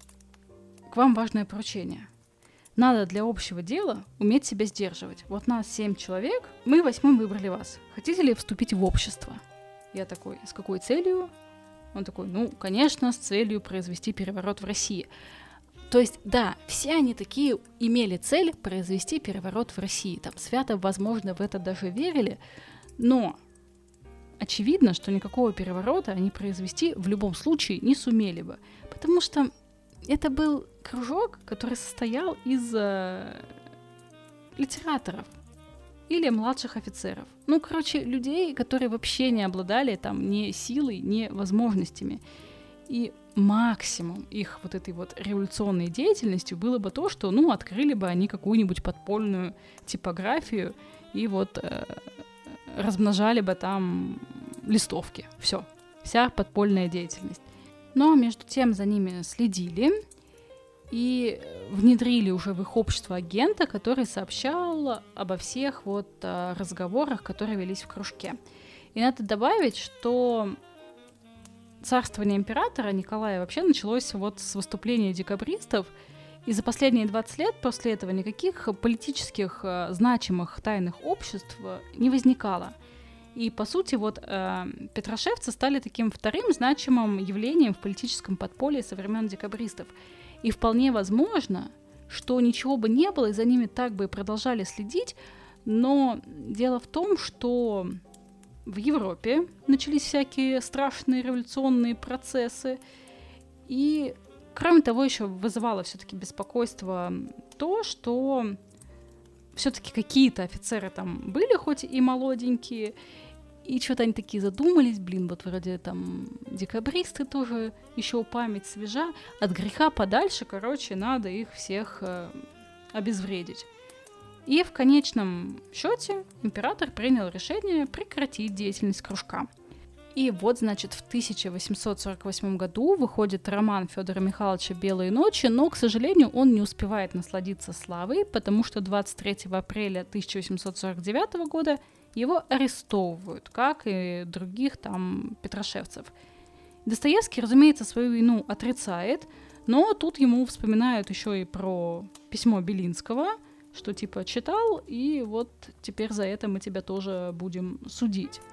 к вам важное поручение. Надо для общего дела уметь себя сдерживать. Вот нас 7 человек, мы 8-м выбрали вас. Хотите ли вступить в общество? Я такой, с какой целью? Он такой, конечно, с целью произвести переворот в России. То есть, да, все они такие имели цель произвести переворот в России. Там свято, возможно, в это даже верили, но очевидно, что никакого переворота они произвести в любом случае не сумели бы, потому что это был кружок, который состоял из литераторов или младших офицеров. Людей, которые вообще не обладали там ни силой, ни возможностями. И максимум их вот этой вот революционной деятельностью было бы то, что, открыли бы они какую-нибудь подпольную типографию и вот размножали бы там листовки. Все. Вся подпольная деятельность. Но между тем за ними следили и внедрили уже в их общество агента, который сообщал обо всех вот разговорах, которые велись в кружке. И надо добавить, что царствование императора Николая вообще началось вот с выступления декабристов, и за последние 20 лет после этого никаких политических значимых тайных обществ не возникало. И, по сути, петрошевцы стали таким вторым значимым явлением в политическом подполье со времен декабристов. И вполне возможно, что ничего бы не было, и за ними так бы и продолжали следить, но дело в том, что в Европе начались всякие страшные революционные процессы, и, кроме того, еще вызывало все-таки беспокойство то, что все-таки какие-то офицеры там были, хоть и молоденькие, и что-то они такие задумались, вот вроде там декабристы тоже еще память свежа, от греха подальше, надо их всех обезвредить. И в конечном счете император принял решение прекратить деятельность кружка. И вот, значит, в 1848 году выходит роман Федора Михайловича «Белые ночи», но, к сожалению, он не успевает насладиться славой, потому что 23 апреля 1849 года его арестовывают, как и других там петрошевцев. Достоевский, разумеется, свою вину отрицает, но тут ему вспоминают еще и про письмо Белинского, что типа читал, и вот теперь за это мы тебя тоже будем судить.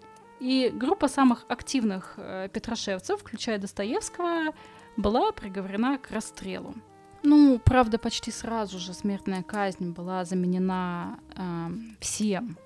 И группа самых активных петрошевцев, включая Достоевского, была приговорена к расстрелу. Правда, почти сразу же смертная казнь была заменена всем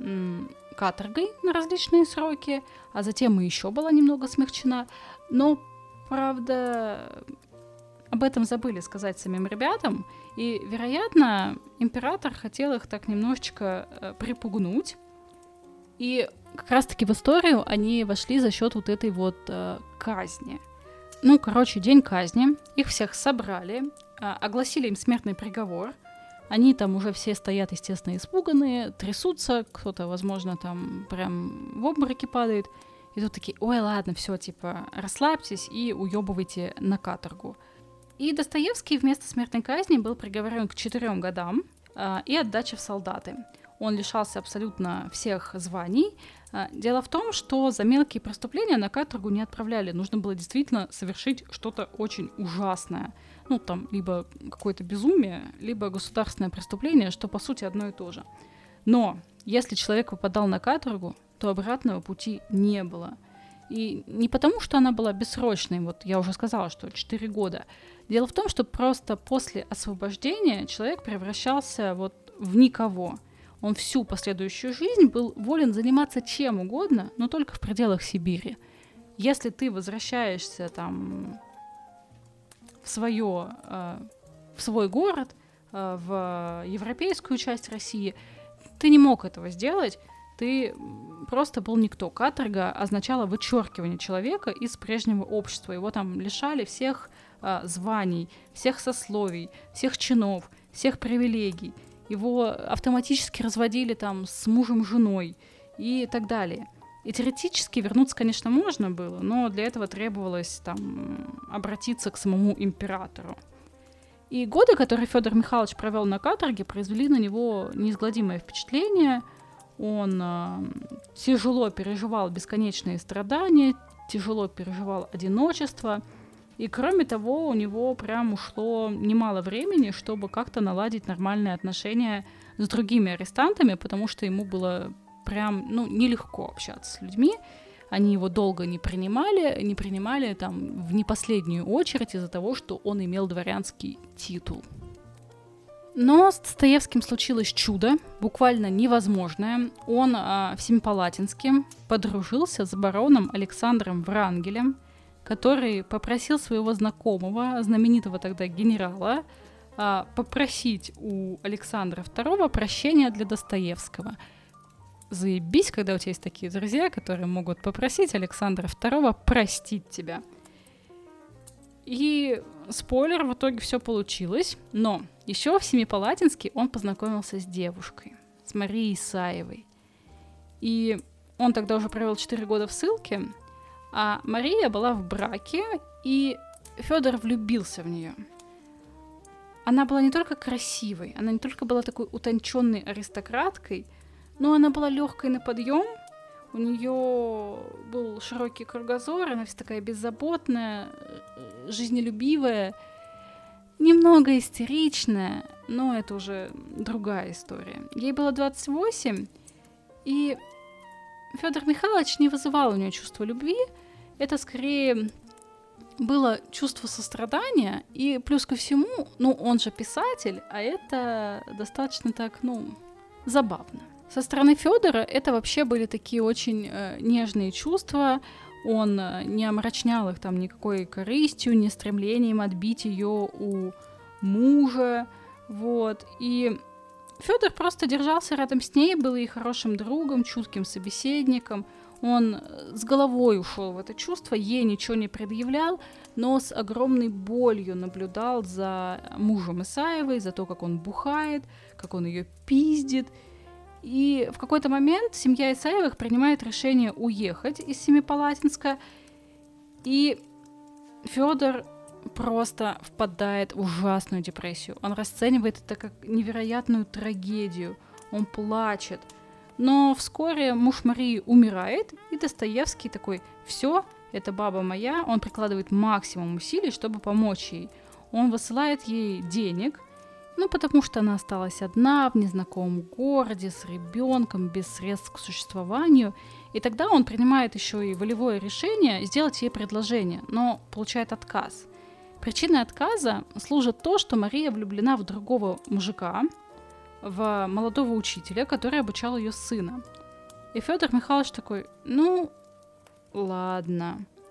каторгой на различные сроки, а затем и еще была немного смягчена. Но, правда, об этом забыли сказать самим ребятам, и, вероятно, император хотел их так немножечко припугнуть. И как раз-таки в историю они вошли за счет вот этой вот казни. День казни. Их всех собрали, огласили им смертный приговор. Они там уже все стоят, естественно, испуганные, трясутся, кто-то, возможно, там прям в обмороке падает. И тут такие: ой, ладно, все, типа, расслабьтесь и уёбывайте на каторгу. И Достоевский вместо смертной казни был приговорен к 4 годам и отдаче в солдаты. Он лишался абсолютно всех званий. Дело в том, что за мелкие преступления на каторгу не отправляли. Нужно было действительно совершить что-то очень ужасное. Либо какое-то безумие, либо государственное преступление, что, по сути, одно и то же. Но если человек попадал на каторгу, то обратного пути не было. И не потому, что она была бессрочной, вот я уже сказала, что 4 года. Дело в том, что просто после освобождения человек превращался в никого. Он всю последующую жизнь был волен заниматься чем угодно, но только в пределах Сибири. Если ты возвращаешься в свой город, в европейскую часть России, ты не мог этого сделать, ты просто был никто. Каторга означала вычеркивание человека из прежнего общества. Его там лишали всех званий, всех сословий, всех чинов, всех привилегий. Его автоматически разводили с мужем, женой и так далее. И теоретически вернуться, конечно, можно было, но для этого требовалось обратиться к самому императору. И годы, которые Федор Михайлович провел на каторге, произвели на него неизгладимое впечатление. Он тяжело переживал бесконечные страдания, тяжело переживал одиночество. И кроме того, у него прям ушло немало времени, чтобы как-то наладить нормальные отношения с другими арестантами, потому что ему было прям, нелегко общаться с людьми. Они его долго не принимали в непоследнюю очередь из-за того, что он имел дворянский титул. Но с Достоевским случилось чудо, буквально невозможное. Он в Семипалатинске подружился с бароном Александром Врангелем, который попросил своего знакомого, знаменитого тогда генерала, попросить у Александра II прощения для Достоевского. Заебись, когда у тебя есть такие друзья, которые могут попросить Александра II простить тебя. И спойлер, в итоге все получилось, но еще в Семипалатинске он познакомился с девушкой, с Марией Исаевой. И он тогда уже провел 4 года в ссылке, а Мария была в браке, и Федор влюбился в нее. Она была не только красивой, она не только была такой утонченной аристократкой, но она была легкой на подъем, у нее был широкий кругозор, она вся такая беззаботная, жизнелюбивая, немного истеричная, но это уже другая история. Ей было 28, и Федор Михайлович не вызывал у нее чувства любви, это скорее было чувство сострадания, и плюс ко всему, он же писатель, а это достаточно так, забавно. Со стороны Федора это вообще были такие очень нежные чувства, он не омрачнял их никакой корыстью, ни стремлением отбить ее у мужа, и Федор просто держался рядом с ней, был ей хорошим другом, чутким собеседником. Он с головой ушел в это чувство, ей ничего не предъявлял, но с огромной болью наблюдал за мужем Исаевой, за то, как он бухает, как он ее пиздит. И в какой-то момент семья Исаевых принимает решение уехать из Семипалатинска, и Федор просто впадает в ужасную депрессию. Он расценивает это как невероятную трагедию, он плачет. Но вскоре муж Марии умирает, и Достоевский такой: все, это баба моя. Он прикладывает максимум усилий, чтобы помочь ей. Он высылает ей денег, потому что она осталась одна в незнакомом городе с ребенком, без средств к существованию. И тогда он принимает еще и волевое решение сделать ей предложение, но получает отказ. Причиной отказа служит то, что Мария влюблена в другого мужика, в молодого учителя, который обучал ее сына. И Федор Михайлович такой: ладно.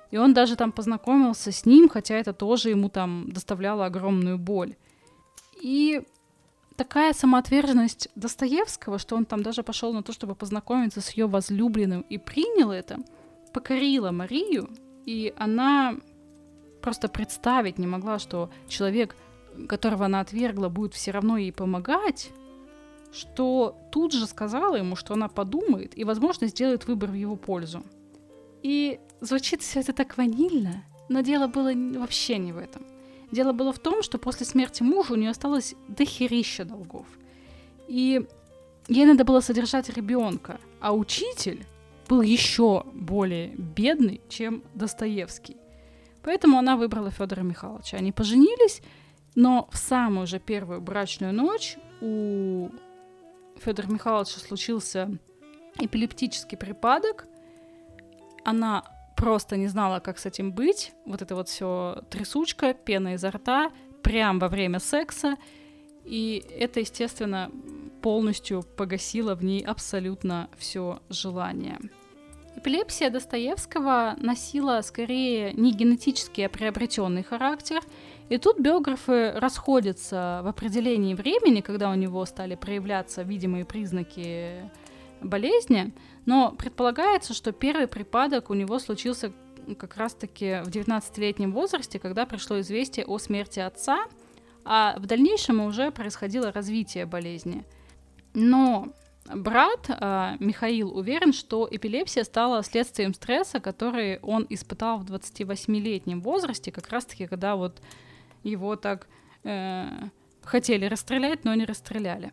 И он даже там познакомился с ним, хотя это тоже ему там доставляло огромную боль. И такая самоотверженность Достоевского, что он там даже пошел на то, чтобы познакомиться с ее возлюбленным и принял это, покорила Марию, и она просто представить не могла, что человек, которого она отвергла, будет все равно ей помогать, что тут же сказала ему, что она подумает и, возможно, сделает выбор в его пользу. И звучит все это так ванильно, но дело было вообще не в этом. Дело было в том, что после смерти мужа у нее осталось дохерища долгов. И ей надо было содержать ребенка, а учитель был еще более бедный, чем Достоевский. Поэтому она выбрала Федора Михайловича. Они поженились, но в самую же первую брачную ночь у Федора Михайловича случился эпилептический припадок. Она просто не знала, как с этим быть. Вот это вот все трясучка, пена изо рта, прямо во время секса. И это, естественно, полностью погасило в ней абсолютно все желание. Эпилепсия Достоевского носила скорее не генетический, а приобретенный характер. И тут биографы расходятся в определении времени, когда у него стали проявляться видимые признаки болезни, но предполагается, что первый припадок у него случился как раз-таки в 19-летнем возрасте, когда пришло известие о смерти отца, а в дальнейшем уже происходило развитие болезни. Но брат Михаил уверен, что эпилепсия стала следствием стресса, который он испытал в 28-летнем возрасте, как раз-таки когда вот его так хотели расстрелять, но не расстреляли.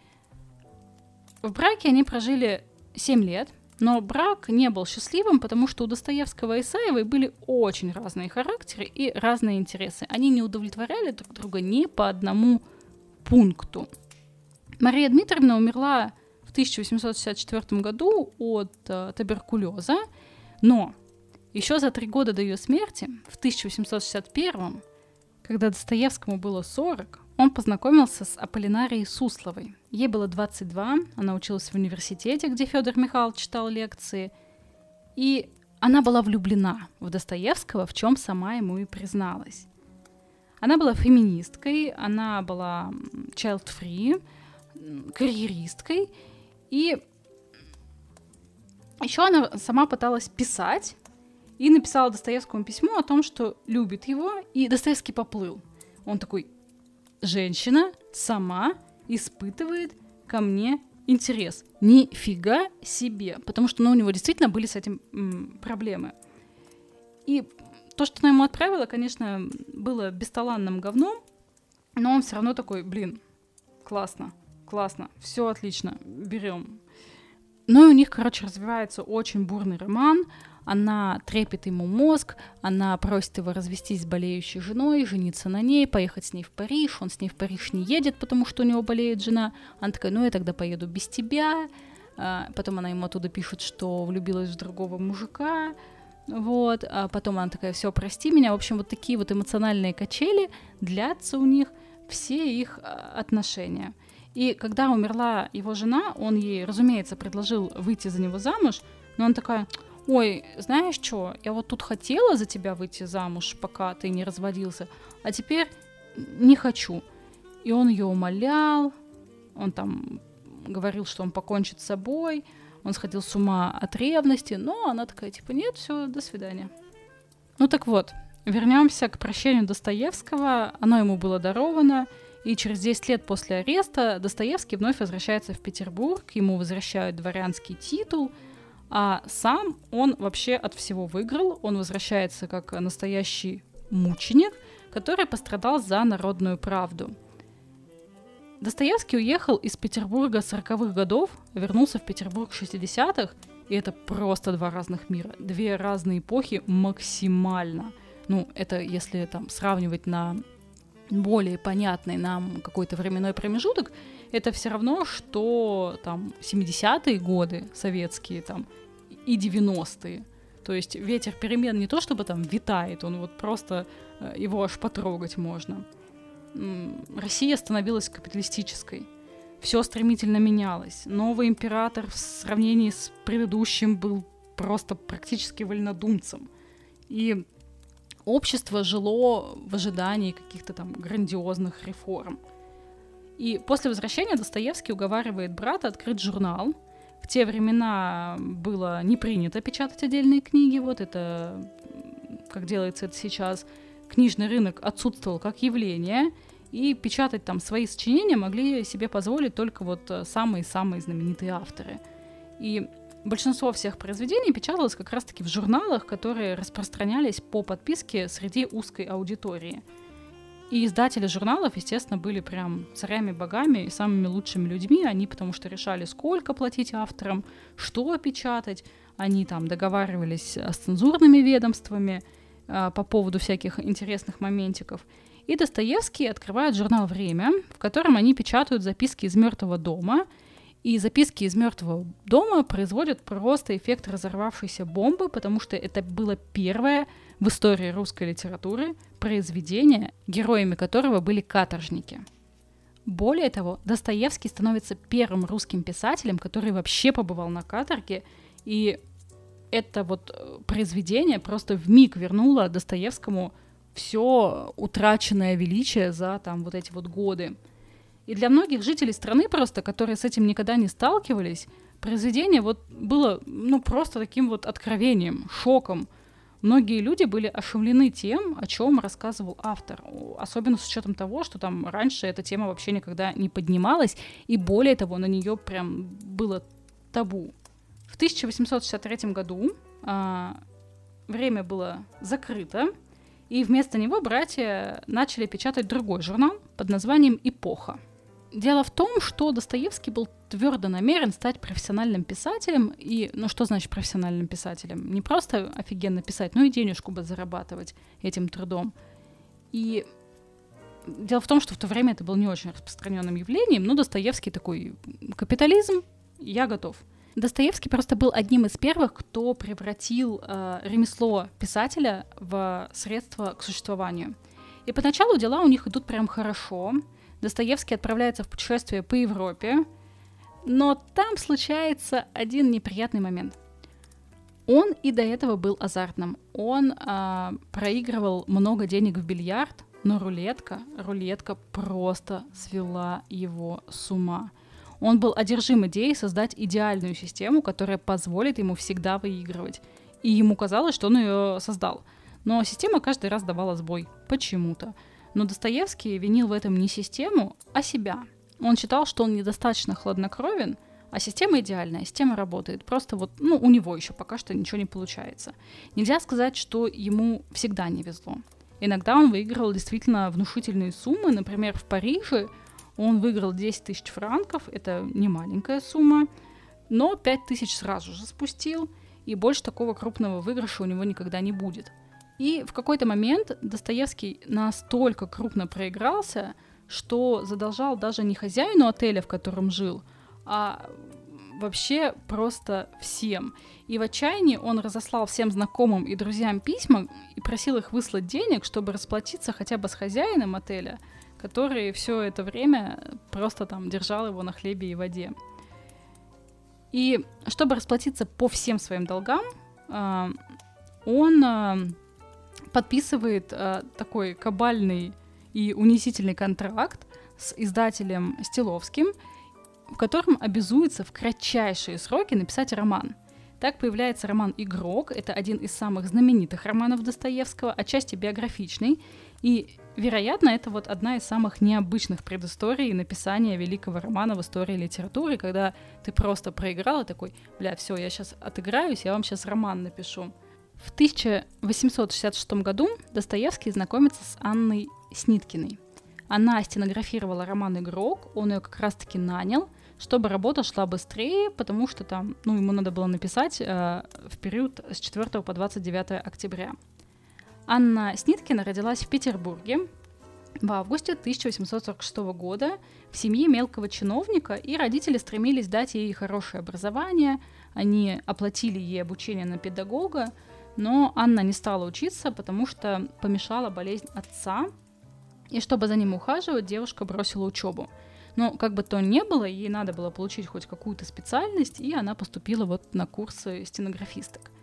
В браке они прожили 7 лет, но брак не был счастливым, потому что у Достоевского и Исаевой были очень разные характеры и разные интересы. Они не удовлетворяли друг друга ни по одному пункту. Мария Дмитриевна умерла в 1864 году от туберкулеза, но еще за 3 года до ее смерти, в 1861, когда Достоевскому было 40, он познакомился с Аполлинарией Сусловой. Ей было 22, она училась в университете, где Федор Михайлович читал лекции, и она была влюблена в Достоевского, в чем сама ему и призналась. Она была феминисткой, она была child-free, карьеристкой, и еще она сама пыталась писать, и написала Достоевскому письмо о том, что любит его, и Достоевский поплыл. Он такой: женщина сама испытывает ко мне интерес. Нифига себе. Потому что у него действительно были с этим проблемы. И то, что она ему отправила, конечно, было бесталанным говном, но он все равно такой: блин, классно, все отлично, берем. Ну и у них, развивается очень бурный роман. Она трепет ему мозг, она просит его развестись с болеющей женой, жениться на ней, поехать с ней в Париж. Он с ней в Париж не едет, потому что у него болеет жена. Она такая: ну я тогда поеду без тебя. Потом она ему оттуда пишет, что влюбилась в другого мужика. Вот. А потом она такая: все, прости меня. В общем, вот такие вот эмоциональные качели длятся у них все их отношения. И когда умерла его жена, он ей, разумеется, предложил выйти за него замуж, но она такая: ой, знаешь что, я вот тут хотела за тебя выйти замуж, пока ты не разводился, а теперь не хочу. И он ее умолял, он там говорил, что он покончит с собой, он сходил с ума от ревности, но она такая, типа: нет, все, до свидания. Ну так вот, вернемся к прощению Достоевского, оно ему было даровано, и через 10 лет после ареста Достоевский вновь возвращается в Петербург, ему возвращают дворянский титул, а сам он вообще от всего выиграл. Он возвращается как настоящий мученик, который пострадал за народную правду. Достоевский уехал из Петербурга 40-х годов, вернулся в Петербург 60-х, и это просто 2 разных мира, 2 разные эпохи максимально. Ну, это если там сравнивать на более понятный нам какой-то временной промежуток, это все равно, что там 70-е годы советские там и 90-е. То есть ветер перемен не то чтобы там витает, он вот просто его аж потрогать можно. Россия становилась капиталистической. Все стремительно менялось. Новый император в сравнении с предыдущим был просто практически вольнодумцем. И общество жило в ожидании каких-то там грандиозных реформ. И после возвращения Достоевский уговаривает брата открыть журнал. В те времена было не принято печатать отдельные книги, вот это, как делается это сейчас, книжный рынок отсутствовал как явление, и печатать там свои сочинения могли себе позволить только вот самые-самые знаменитые авторы. И большинство всех произведений печаталось как раз-таки в журналах, которые распространялись по подписке среди узкой аудитории. И издатели журналов, естественно, были прям царями-богами и самыми лучшими людьми. Они потому что решали, сколько платить авторам, что печатать. Они там договаривались с цензурными ведомствами по поводу всяких интересных моментиков. И Достоевский открывает журнал «Время», в котором они печатают записки из «Мертвого дома». И записки из «Мертвого дома» производят просто эффект разорвавшейся бомбы, потому что это было первое в истории русской литературы произведение, героями которого были каторжники. Более того, Достоевский становится первым русским писателем, который вообще побывал на каторге, и это вот произведение просто вмиг вернуло Достоевскому все утраченное величие за там вот эти вот годы. И для многих жителей страны просто, которые с этим никогда не сталкивались, произведение вот было просто таким вот откровением, шоком. Многие люди были ошеломлены тем, о чем рассказывал автор, особенно с учетом того, что там раньше эта тема вообще никогда не поднималась, и более того, на нее прям было табу. В 1863 году «Время» было закрыто, и вместо него братья начали печатать другой журнал под названием «Эпоха». Дело в том, что Достоевский был твердо намерен стать профессиональным писателем. И, что значит профессиональным писателем? Не просто офигенно писать, но и денежку бы зарабатывать этим трудом. И дело в том, что в то время это было не очень распространенным явлением, но Достоевский такой: капитализм, я готов. Достоевский просто был одним из первых, кто превратил ремесло писателя в средство к существованию. И поначалу дела у них идут прям хорошо. Достоевский отправляется в путешествие по Европе, но там случается один неприятный момент. Он и до этого был азартным. Он проигрывал много денег в бильярд, но рулетка просто свела его с ума. Он был одержим идеей создать идеальную систему, которая позволит ему всегда выигрывать. И ему казалось, что он ее создал. Но система каждый раз давала сбой. Почему-то. Но Достоевский винил в этом не систему, а себя. Он считал, что он недостаточно хладнокровен, а система идеальная, система работает. Просто у него еще пока что ничего не получается. Нельзя сказать, что ему всегда не везло. Иногда он выигрывал действительно внушительные суммы. Например, в Париже он выиграл 10 тысяч франков, это не маленькая сумма, но 5 тысяч сразу же спустил, и больше такого крупного выигрыша у него никогда не будет. И в какой-то момент Достоевский настолько крупно проигрался, что задолжал даже не хозяину отеля, в котором жил, а вообще просто всем. И в отчаянии он разослал всем знакомым и друзьям письма и просил их выслать денег, чтобы расплатиться хотя бы с хозяином отеля, который все это время просто там держал его на хлебе и воде. И чтобы расплатиться по всем своим долгам, он подписывает такой кабальный и унизительный контракт с издателем Стиловским, в котором обязуется в кратчайшие сроки написать роман. Так появляется роман «Игрок». Это один из самых знаменитых романов Достоевского, отчасти биографичный. И, вероятно, это одна из самых необычных предысторий написания великого романа в истории литературы, когда ты просто проиграл и такой: все, я сейчас отыграюсь, я вам сейчас роман напишу. В 1866 году Достоевский знакомится с Анной Сниткиной. Она стенографировала роман «Игрок», он ее как раз-таки нанял, чтобы работа шла быстрее, потому что там, ему надо было написать в период с 4 по 29 октября. Анна Сниткина родилась в Петербурге в августе 1846 года в семье мелкого чиновника, и родители стремились дать ей хорошее образование, они оплатили ей обучение на педагога, но Анна не стала учиться, потому что помешала болезнь отца, и чтобы за ним ухаживать, девушка бросила учебу. Но как бы то ни было, ей надо было получить хоть какую-то специальность, и она поступила на курсы стенографисток.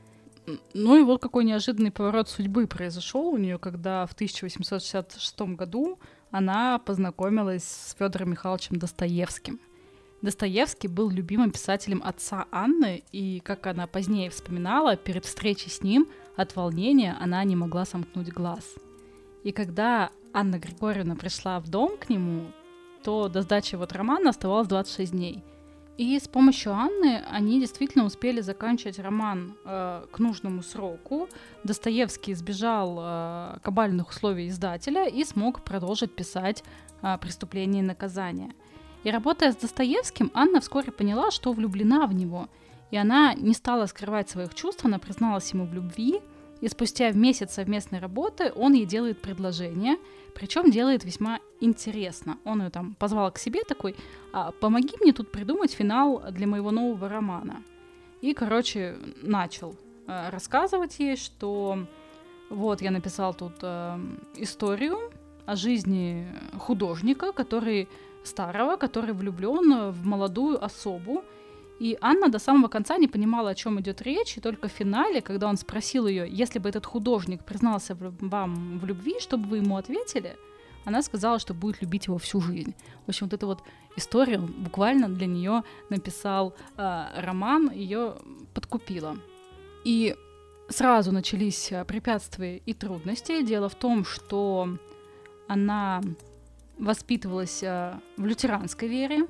Ну и вот какой неожиданный поворот судьбы произошел у нее, когда в 1866 году она познакомилась с Федором Михайловичем Достоевским. Достоевский был любимым писателем отца Анны, и, как она позднее вспоминала, перед встречей с ним от волнения она не могла сомкнуть глаз. И когда Анна Григорьевна пришла в дом к нему, то до сдачи вот романа оставалось 26 дней. И с помощью Анны они действительно успели заканчивать роман к нужному сроку. Достоевский избежал кабальных условий издателя и смог продолжить писать «Преступление и наказание». И работая с Достоевским, Анна вскоре поняла, что влюблена в него. И она не стала скрывать своих чувств, она призналась ему в любви. И спустя месяц совместной работы он ей делает предложение, причем делает весьма интересно. Он ее там позвал к себе такой: помоги мне тут придумать финал для моего нового романа. И, короче, начал рассказывать ей, что вот я написал тут историю о жизни художника, который влюблен в молодую особу. И Анна до самого конца не понимала, о чем идет речь, и только в финале, когда он спросил ее, если бы этот художник признался вам в любви, что бы вы ему ответили, она сказала, что будет любить его всю жизнь. В общем, вот эта вот история, он буквально для нее написал роман, ее подкупила. И сразу начались препятствия и трудности. Дело в том, что она воспитывалась в лютеранской вере,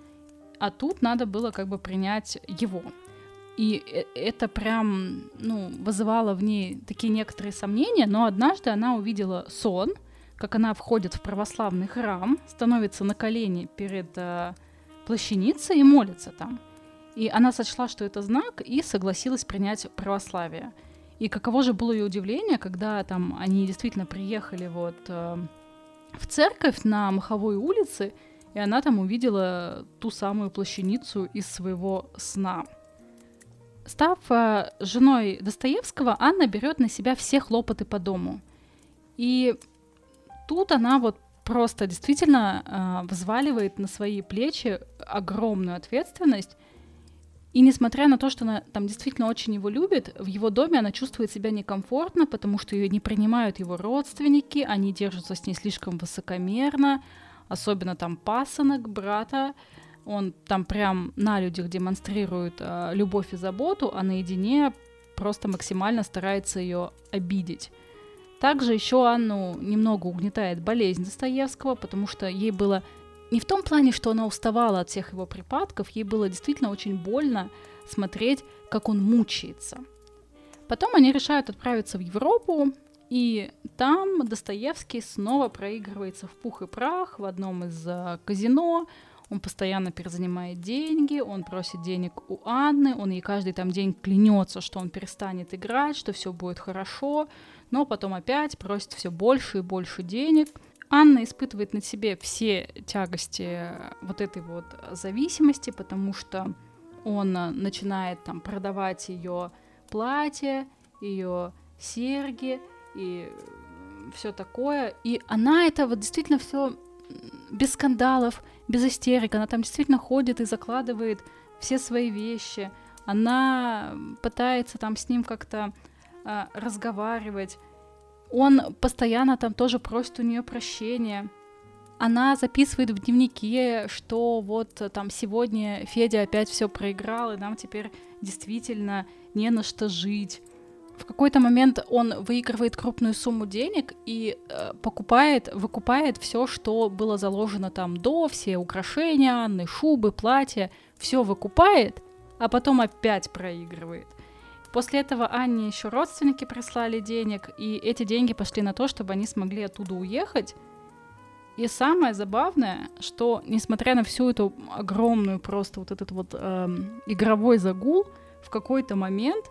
а тут надо было как бы принять его. И это прям, вызывало в ней такие некоторые сомнения, но однажды она увидела сон, как она входит в православный храм, становится на колени перед плащаницей и молится там. И она сочла, что это знак, и согласилась принять православие. И каково же было ее удивление, когда там они действительно приехали вот в церковь на Маховой улице, и она там увидела ту самую плащаницу из своего сна. Став женой Достоевского, Анна берет на себя все хлопоты по дому. И тут она вот просто действительно взваливает на свои плечи огромную ответственность. И несмотря на то, что она там действительно очень его любит, в его доме она чувствует себя некомфортно, потому что ее не принимают его родственники, они держатся с ней слишком высокомерно, особенно там пасынок брата, он там прям на людях демонстрирует любовь и заботу, а наедине просто максимально старается ее обидеть. Также еще Анну немного угнетает болезнь Достоевского, потому что ей было не в том плане, что она уставала от всех его припадков, ей было действительно очень больно смотреть, как он мучается. Потом они решают отправиться в Европу, и там Достоевский снова проигрывается в пух и прах в одном из казино. Он постоянно перезанимает деньги, он просит денег у Анны, он ей каждый там день клянется, что он перестанет играть, что все будет хорошо, но потом опять просит все больше и больше денег. Анна испытывает на себе все тягости вот этой вот зависимости, потому что он начинает там продавать ее платье, ее серьги и все такое. И она это вот действительно все без скандалов, без истерик. Она там действительно ходит и закладывает все свои вещи. Она пытается там с ним как-то разговаривать. Он постоянно там тоже просит у нее прощения. Она записывает в дневнике, что вот там сегодня Федя опять все проиграл, и нам теперь действительно не на что жить. В какой-то момент он выигрывает крупную сумму денег и выкупает все, что было заложено там до, все украшения Анны, шубы, платья, все выкупает, а потом опять проигрывает. После этого Анне еще родственники прислали денег, и эти деньги пошли на то, чтобы они смогли оттуда уехать. И самое забавное, что несмотря на всю эту огромную просто вот этот вот игровой загул, в какой-то момент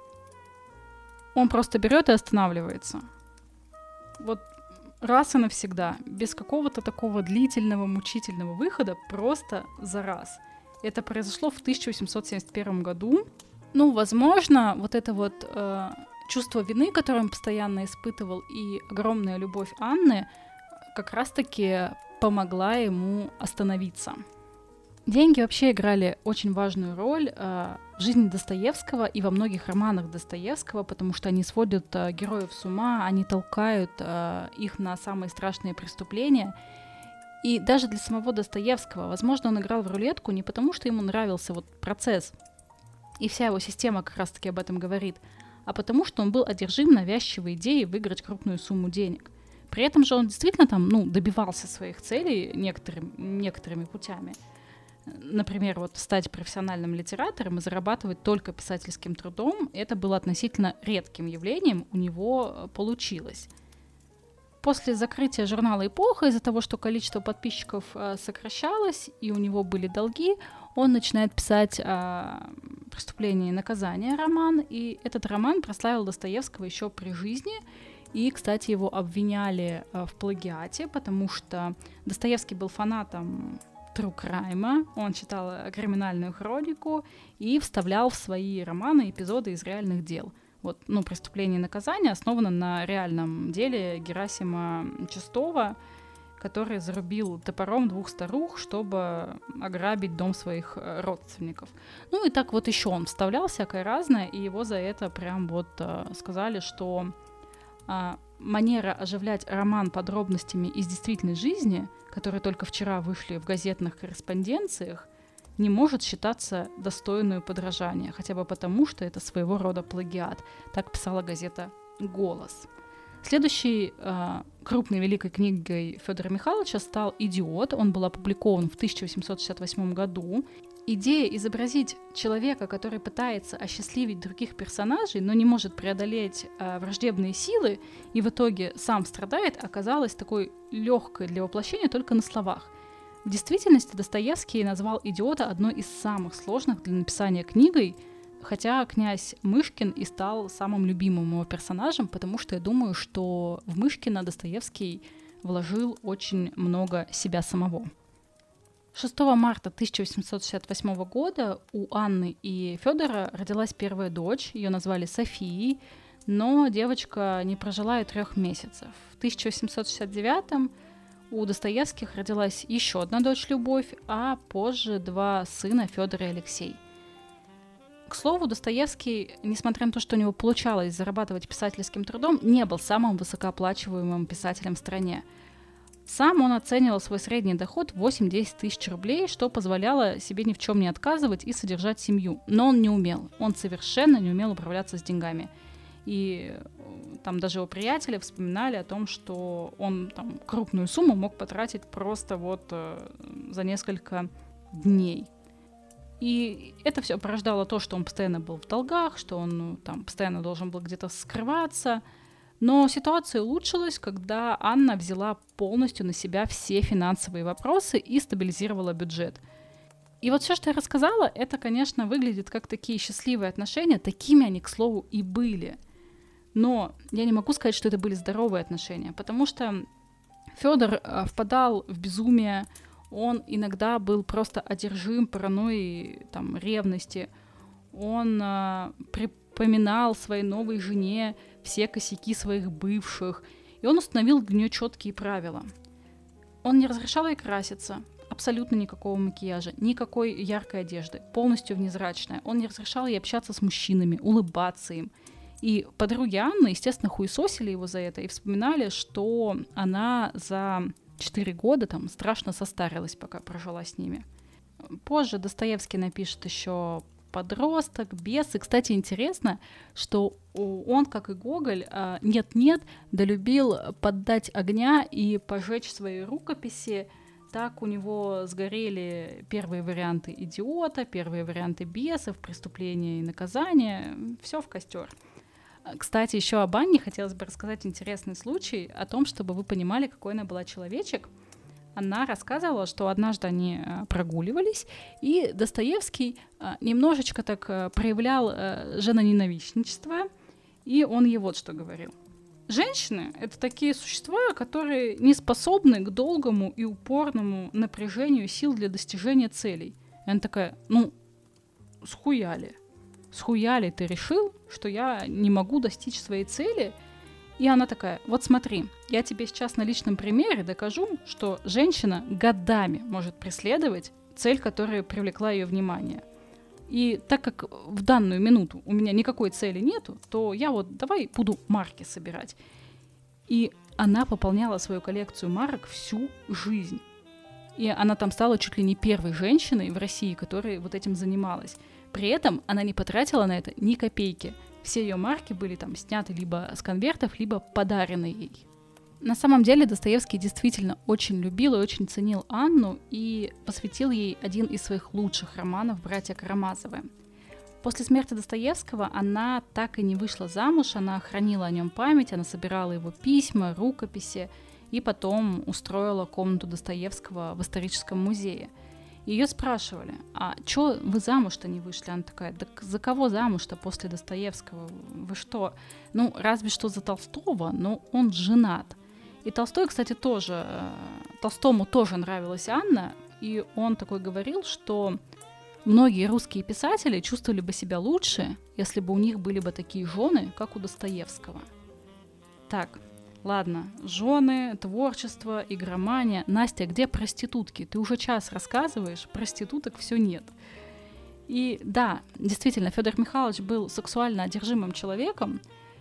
он просто берет и останавливается. Вот раз и навсегда, без какого-то такого длительного, мучительного выхода, просто за раз. Это произошло в 1871 году. Возможно, вот это вот чувство вины, которое он постоянно испытывал, и огромная любовь Анны как раз-таки помогла ему остановиться. Деньги вообще играли очень важную роль в жизни Достоевского и во многих романах Достоевского, потому что они сводят героев с ума, они толкают их на самые страшные преступления. И даже для самого Достоевского, возможно, он играл в рулетку не потому, что ему нравился вот процесс, и вся его система как раз-таки об этом говорит, а потому что он был одержим навязчивой идеей выиграть крупную сумму денег. При этом же он действительно там, добивался своих целей некоторыми путями. Например, вот стать профессиональным литератором и зарабатывать только писательским трудом, это было относительно редким явлением, у него получилось. После закрытия журнала «Эпоха», из-за того, что количество подписчиков сокращалось и у него были долги, он начинает писать «Преступление и наказание» роман, и этот роман прославил Достоевского еще при жизни. И, кстати, его обвиняли в плагиате, потому что Достоевский был фанатом true crime, он читал криминальную хронику и вставлял в свои романы эпизоды из реальных дел. Вот, «Преступление и наказание» основано на реальном деле Герасима Чистова, который зарубил топором 2 старух, чтобы ограбить дом своих родственников. И так вот еще он вставлял всякое разное, и его за это прям вот сказали, что манера оживлять роман подробностями из действительной жизни, которые только вчера вышли в газетных корреспонденциях, не может считаться достойной подражания, хотя бы потому, что это своего рода плагиат. Так писала газета «Голос». Следующей крупной великой книгой Федора Михайловича стал «Идиот». Он был опубликован в 1868 году. Идея изобразить человека, который пытается осчастливить других персонажей, но не может преодолеть враждебные силы и в итоге сам страдает, оказалась такой легкой для воплощения только на словах. В действительности Достоевский назвал «Идиота» одной из самых сложных для написания книгой, хотя князь Мышкин и стал самым любимым его персонажем, потому что я думаю, что в Мышкина Достоевский вложил очень много себя самого. 6 марта 1868 года у Анны и Федора родилась первая дочь, ее назвали Софией, но девочка не прожила и 3 месяцев. В 1869 у Достоевских родилась еще одна дочь Любовь, а позже 2 сына Федор и Алексей. К слову, Достоевский, несмотря на то, что у него получалось зарабатывать писательским трудом, не был самым высокооплачиваемым писателем в стране. Сам он оценивал свой средний доход в 8-10 тысяч рублей, что позволяло себе ни в чем не отказывать и содержать семью. Но он не умел, он совершенно не умел управляться с деньгами. И там даже его приятели вспоминали о том, что он там крупную сумму мог потратить просто вот за несколько дней. И это все порождало то, что он постоянно был в долгах, что он там постоянно должен был где-то скрываться. Но ситуация улучшилась, когда Анна взяла полностью на себя все финансовые вопросы и стабилизировала бюджет. И вот все, что я рассказала, это, конечно, выглядит как такие счастливые отношения, такими они, к слову, и были. Но я не могу сказать, что это были здоровые отношения, потому что Федор впадал в безумие, он иногда был просто одержим паранойей, там, ревности. Он припоминал своей новой жене все косяки своих бывших, и он установил для нее четкие правила. Он не разрешал ей краситься, абсолютно никакого макияжа, никакой яркой одежды, полностью внезрачная. Он не разрешал ей общаться с мужчинами, улыбаться им. И подруги Анны, естественно, хуесосили его за это и вспоминали, что она за 4 года там страшно состарилась, пока прожила с ними. Позже Достоевский напишет еще «Подросток», «Бес». И, кстати, интересно, что он, как и Гоголь, нет-нет, да любил поддать огня и пожечь свои рукописи. Так у него сгорели первые варианты «Идиота», первые варианты «Бесов», «Преступления и наказания». Все в костер. Кстати, еще об Анне хотелось бы рассказать интересный случай о том, чтобы вы понимали, какой она была человечек. Она рассказывала, что однажды они прогуливались, и Достоевский немножечко так проявлял женоненавистничество, и он ей вот что говорил. Женщины — это такие существа, которые не способны к долгому и упорному напряжению сил для достижения целей. И она такая, схуяли ты решил, что я не могу достичь своей цели? И она такая, вот смотри, я тебе сейчас на личном примере докажу, что женщина годами может преследовать цель, которая привлекла ее внимание. И так как в данную минуту у меня никакой цели нету, то я вот давай буду марки собирать. И она пополняла свою коллекцию марок всю жизнь. И она там стала чуть ли не первой женщиной в России, которая вот этим занималась. При этом она не потратила на это ни копейки. Все ее марки были там сняты либо с конвертов, либо подарены ей. На самом деле Достоевский действительно очень любил и очень ценил Анну и посвятил ей один из своих лучших романов «Братья Карамазовы». После смерти Достоевского она так и не вышла замуж, она хранила о нем память, она собирала его письма, рукописи и потом устроила комнату Достоевского в историческом музее. Ее спрашивали: а чё вы замуж-то не вышли? Она такая: да за кого замуж-то после Достоевского? Вы что? Ну, разве что за Толстого, но он женат. И Толстой, кстати, тоже, Толстому тоже нравилась Анна, и он такой говорил, что многие русские писатели чувствовали бы себя лучше, если бы у них были бы такие жены, как у Достоевского. Так, ладно, жены, творчество, игромания. Настя, где проститутки? Ты уже час рассказываешь, проституток все нет. И да, действительно, Федор Михайлович был сексуально одержимым человеком.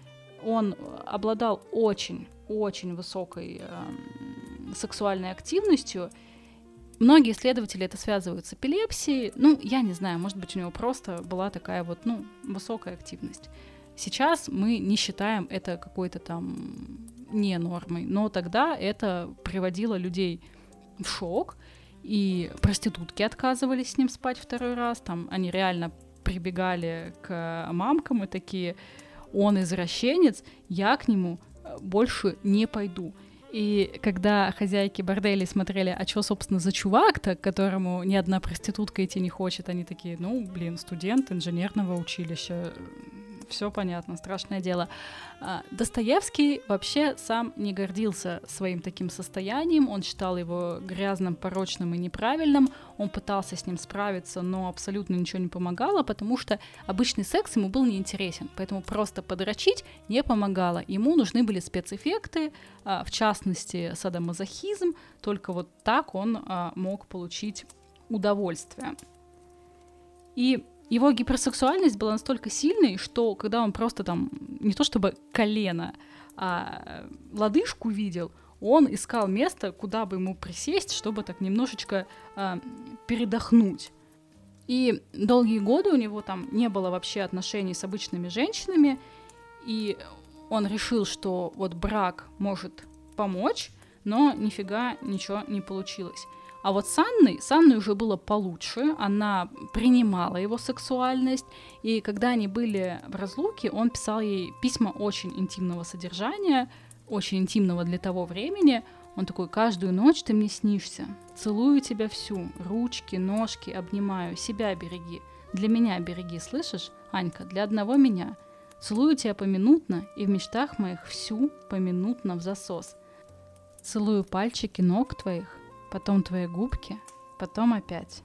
Он обладал очень высокой сексуальной активностью. Многие исследователи это связывают с эпилепсией. Ну, я не знаю, может быть, у него просто была такая вот, высокая активность. Сейчас мы не считаем это какой-то там не нормой, но тогда это приводило людей в шок, и проститутки отказывались с ним спать второй раз. Там они реально прибегали к мамкам и такие: он извращенец, я к нему больше не пойду. И когда хозяйки борделей смотрели, а что, собственно, за чувак-то, к которому ни одна проститутка идти не хочет, они такие: студент инженерного училища, все понятно, страшное дело. Достоевский вообще сам не гордился своим таким состоянием, он считал его грязным, порочным и неправильным, он пытался с ним справиться, но абсолютно ничего не помогало, потому что обычный секс ему был неинтересен, поэтому просто подрочить не помогало. Ему нужны были спецэффекты, в частности, садомазохизм, только вот так он мог получить удовольствие. И его гиперсексуальность была настолько сильной, что когда он просто там не то чтобы колено, а лодыжку видел, он искал место, куда бы ему присесть, чтобы так немножечко передохнуть. И долгие годы у него там не было вообще отношений с обычными женщинами, и он решил, что вот брак может помочь, но нифига ничего не получилось. А вот с Анной уже было получше, она принимала его сексуальность, и когда они были в разлуке, он писал ей письма очень интимного содержания, очень интимного для того времени. Он такой: каждую ночь ты мне снишься, целую тебя всю, ручки, ножки, обнимаю, себя береги, для меня береги, слышишь, Анька, для одного меня. Целую тебя поминутно, и в мечтах моих всю поминутно взасос. Целую пальчики ног твоих, потом твои губки, потом опять.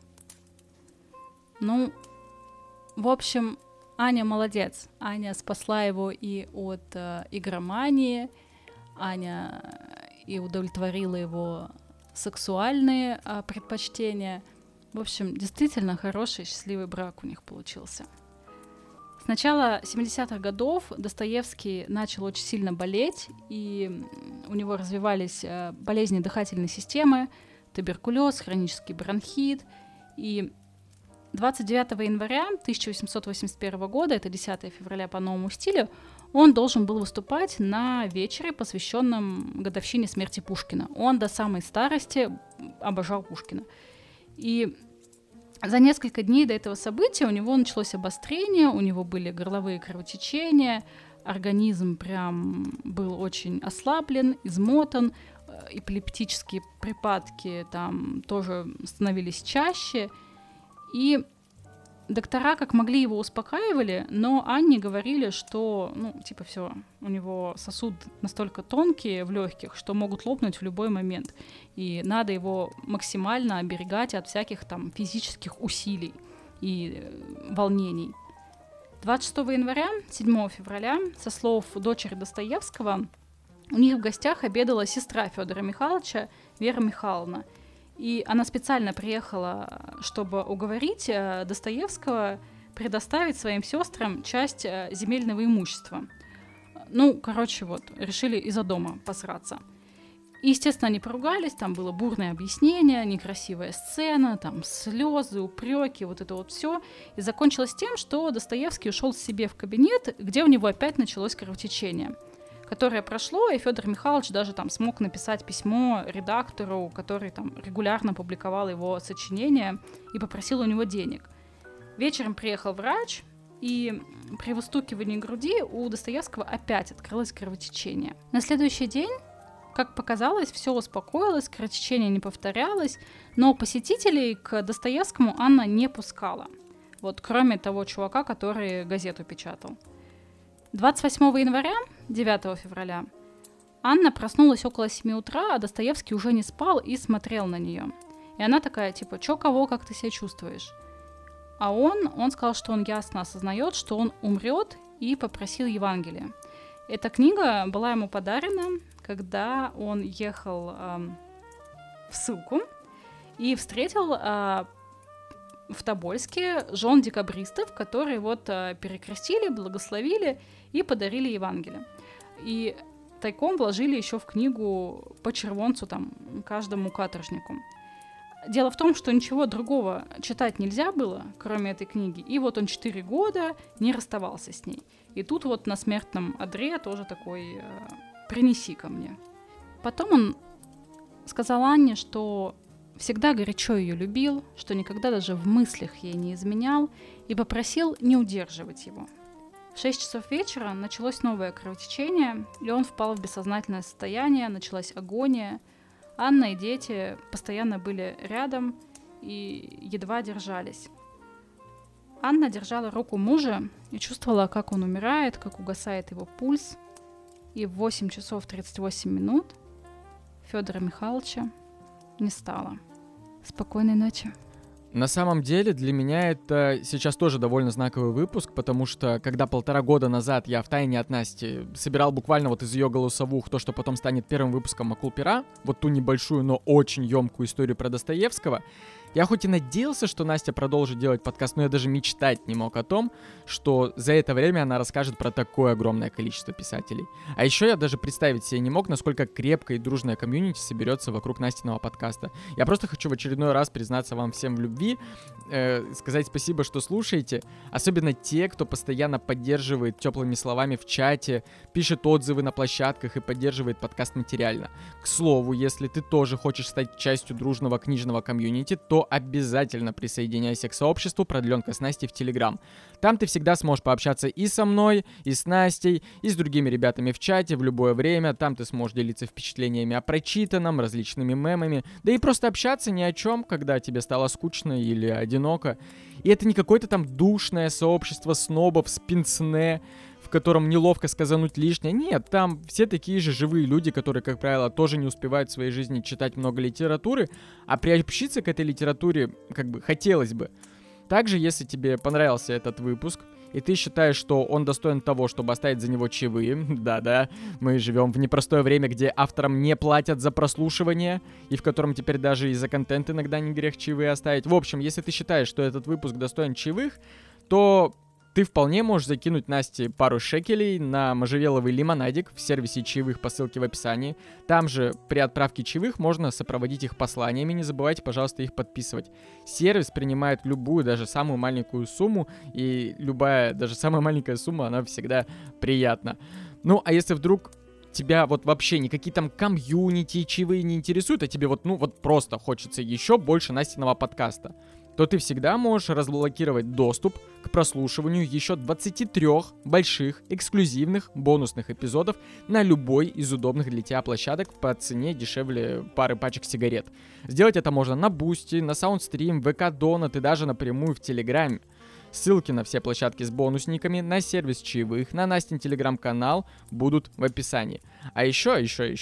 В общем, Аня молодец. Аня спасла его и от игромании, Аня и удовлетворила его сексуальные предпочтения. В общем, действительно хороший, счастливый брак у них получился. С начала 70-х годов Достоевский начал очень сильно болеть, и у него развивались болезни дыхательной системы, туберкулез, хронический бронхит. И 29 января 1881 года, это 10 февраля по новому стилю, он должен был выступать на вечере, посвященном годовщине смерти Пушкина. Он до самой старости обожал Пушкина. И за несколько дней до этого события у него началось обострение, у него были горловые кровотечения, организм прям был очень ослаблен, измотан, эпилептические припадки там тоже становились чаще. И доктора как могли его успокаивали, но Анне говорили, что, все, у него сосуд настолько тонкий в легких, что могут лопнуть в любой момент. И надо его максимально оберегать от всяких там физических усилий и волнений. 26 января, 7 февраля, со слов дочери Достоевского, у них в гостях обедала сестра Федора Михайловича, Вера Михайловна. И она специально приехала, чтобы уговорить Достоевского предоставить своим сестрам часть земельного имущества. Решили из-за дома посраться. И, естественно, они поругались, там было бурное объяснение, некрасивая сцена, там слезы, упреки, вот это вот все. И закончилось тем, что Достоевский ушел к себе в кабинет, где у него опять началось кровотечение, которое прошло, и Федор Михайлович даже там смог написать письмо редактору, который там регулярно публиковал его сочинения, и попросил у него денег. Вечером приехал врач, и при выстукивании груди у Достоевского опять открылось кровотечение. На следующий день, как показалось, все успокоилось, кровотечение не повторялось, но посетителей к Достоевскому Анна не пускала. Вот кроме того чувака, который газету печатал. 28 января, 9 февраля, Анна проснулась около 7 утра, а Достоевский уже не спал и смотрел на нее. И она такая, типа, чё, кого, как ты себя чувствуешь? А он сказал, что он ясно осознает, что он умрет, и попросил Евангелие. Эта книга была ему подарена, когда он ехал в ссылку и встретил в Тобольске жен декабристов, которые перекрестили, благословили и подарили Евангелие. И тайком вложили еще в книгу по червонцу там каждому каторжнику. Дело в том, что ничего другого читать нельзя было, кроме этой книги. И вот он 4 года не расставался с ней. И тут вот на смертном одре тоже такой «принеси ко мне». Потом он сказал Анне, что всегда горячо ее любил, что никогда даже в мыслях ей не изменял, и попросил не удерживать его. В 6 часов вечера началось новое кровотечение, и он впал в бессознательное состояние, началась агония. Анна и дети постоянно были рядом и едва держались. Анна держала руку мужа и чувствовала, как он умирает, как угасает его пульс. И в 8 часов 38 минут Федора Михайловича не стало. Спокойной ночи. На самом деле для меня это сейчас тоже довольно знаковый выпуск, потому что когда 1,5 года назад я втайне от Насти собирал буквально вот из ее голосовух то, что потом станет первым выпуском «Акул пера», вот ту небольшую, но очень емкую историю про Достоевского, я хоть и надеялся, что Настя продолжит делать подкаст, но я даже мечтать не мог о том, что за это время она расскажет про такое огромное количество писателей. А еще я даже представить себе не мог, насколько крепкая и дружная комьюнити соберется вокруг Настиного подкаста. Я просто хочу в очередной раз признаться вам всем в любви, сказать спасибо, что слушаете, особенно те, кто постоянно поддерживает теплыми словами в чате, пишет отзывы на площадках и поддерживает подкаст материально. К слову, если ты тоже хочешь стать частью дружного книжного комьюнити, то обязательно присоединяйся к сообществу «Продленка с Настей» в Телеграм. Там ты всегда сможешь пообщаться и со мной, и с Настей, и с другими ребятами в чате в любое время. Там ты сможешь делиться впечатлениями о прочитанном, различными мемами, да и просто общаться ни о чем, когда тебе стало скучно или одиноко. И это не какое-то там душное сообщество снобов с пенсне, в котором неловко сказануть лишнее. Нет, там все такие же живые люди, которые, как правило, тоже не успевают в своей жизни читать много литературы, а приобщиться к этой литературе как бы хотелось бы. Также, если тебе понравился этот выпуск, и ты считаешь, что он достоин того, чтобы оставить за него чаевые, да-да, мы живем в непростое время, где авторам не платят за прослушивание, и в котором теперь даже и за контент иногда не грех чаевые оставить. В общем, если ты считаешь, что этот выпуск достоин чаевых, то ты вполне можешь закинуть Насте пару шекелей на можжевеловый лимонадик в сервисе чаевых по ссылке в описании. Там же при отправке чаевых можно сопроводить их посланиями, не забывайте, пожалуйста, их подписывать. Сервис принимает любую, даже самую маленькую сумму, и любая, даже самая маленькая сумма, она всегда приятна. Ну, а если вдруг тебя вот вообще никакие там комьюнити, чаевые не интересуют, а тебе вот просто хочется еще больше Настиного подкаста, то ты всегда можешь разблокировать доступ к прослушиванию еще 23 больших эксклюзивных бонусных эпизодов на любой из удобных для тебя площадок по цене дешевле пары пачек сигарет. Сделать это можно на Бусти, на Soundstream, ВК Донат и даже напрямую в Телеграме. Ссылки на все площадки с бонусниками, на сервис чаевых, на Настин телеграм-канал будут в описании. А еще,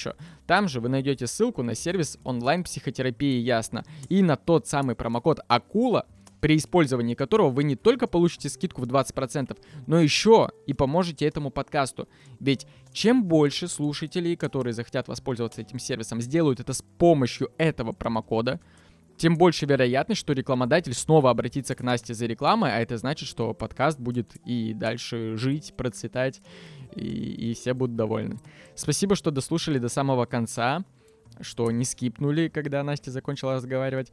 там же вы найдете ссылку на сервис онлайн-психотерапии Ясно и на тот самый промокод АКУЛА, при использовании которого вы не только получите скидку в 20%, но еще и поможете этому подкасту. Ведь чем больше слушателей, которые захотят воспользоваться этим сервисом, сделают это с помощью этого промокода, тем больше вероятность, что рекламодатель снова обратится к Насте за рекламой, а это значит, что подкаст будет и дальше жить, процветать, и все будут довольны. Спасибо, что дослушали до самого конца, что не скипнули, когда Настя закончила разговаривать.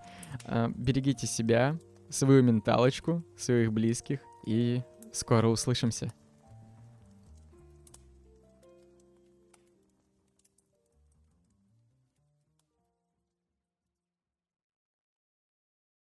Берегите себя, свою менталочку, своих близких, и скоро услышимся.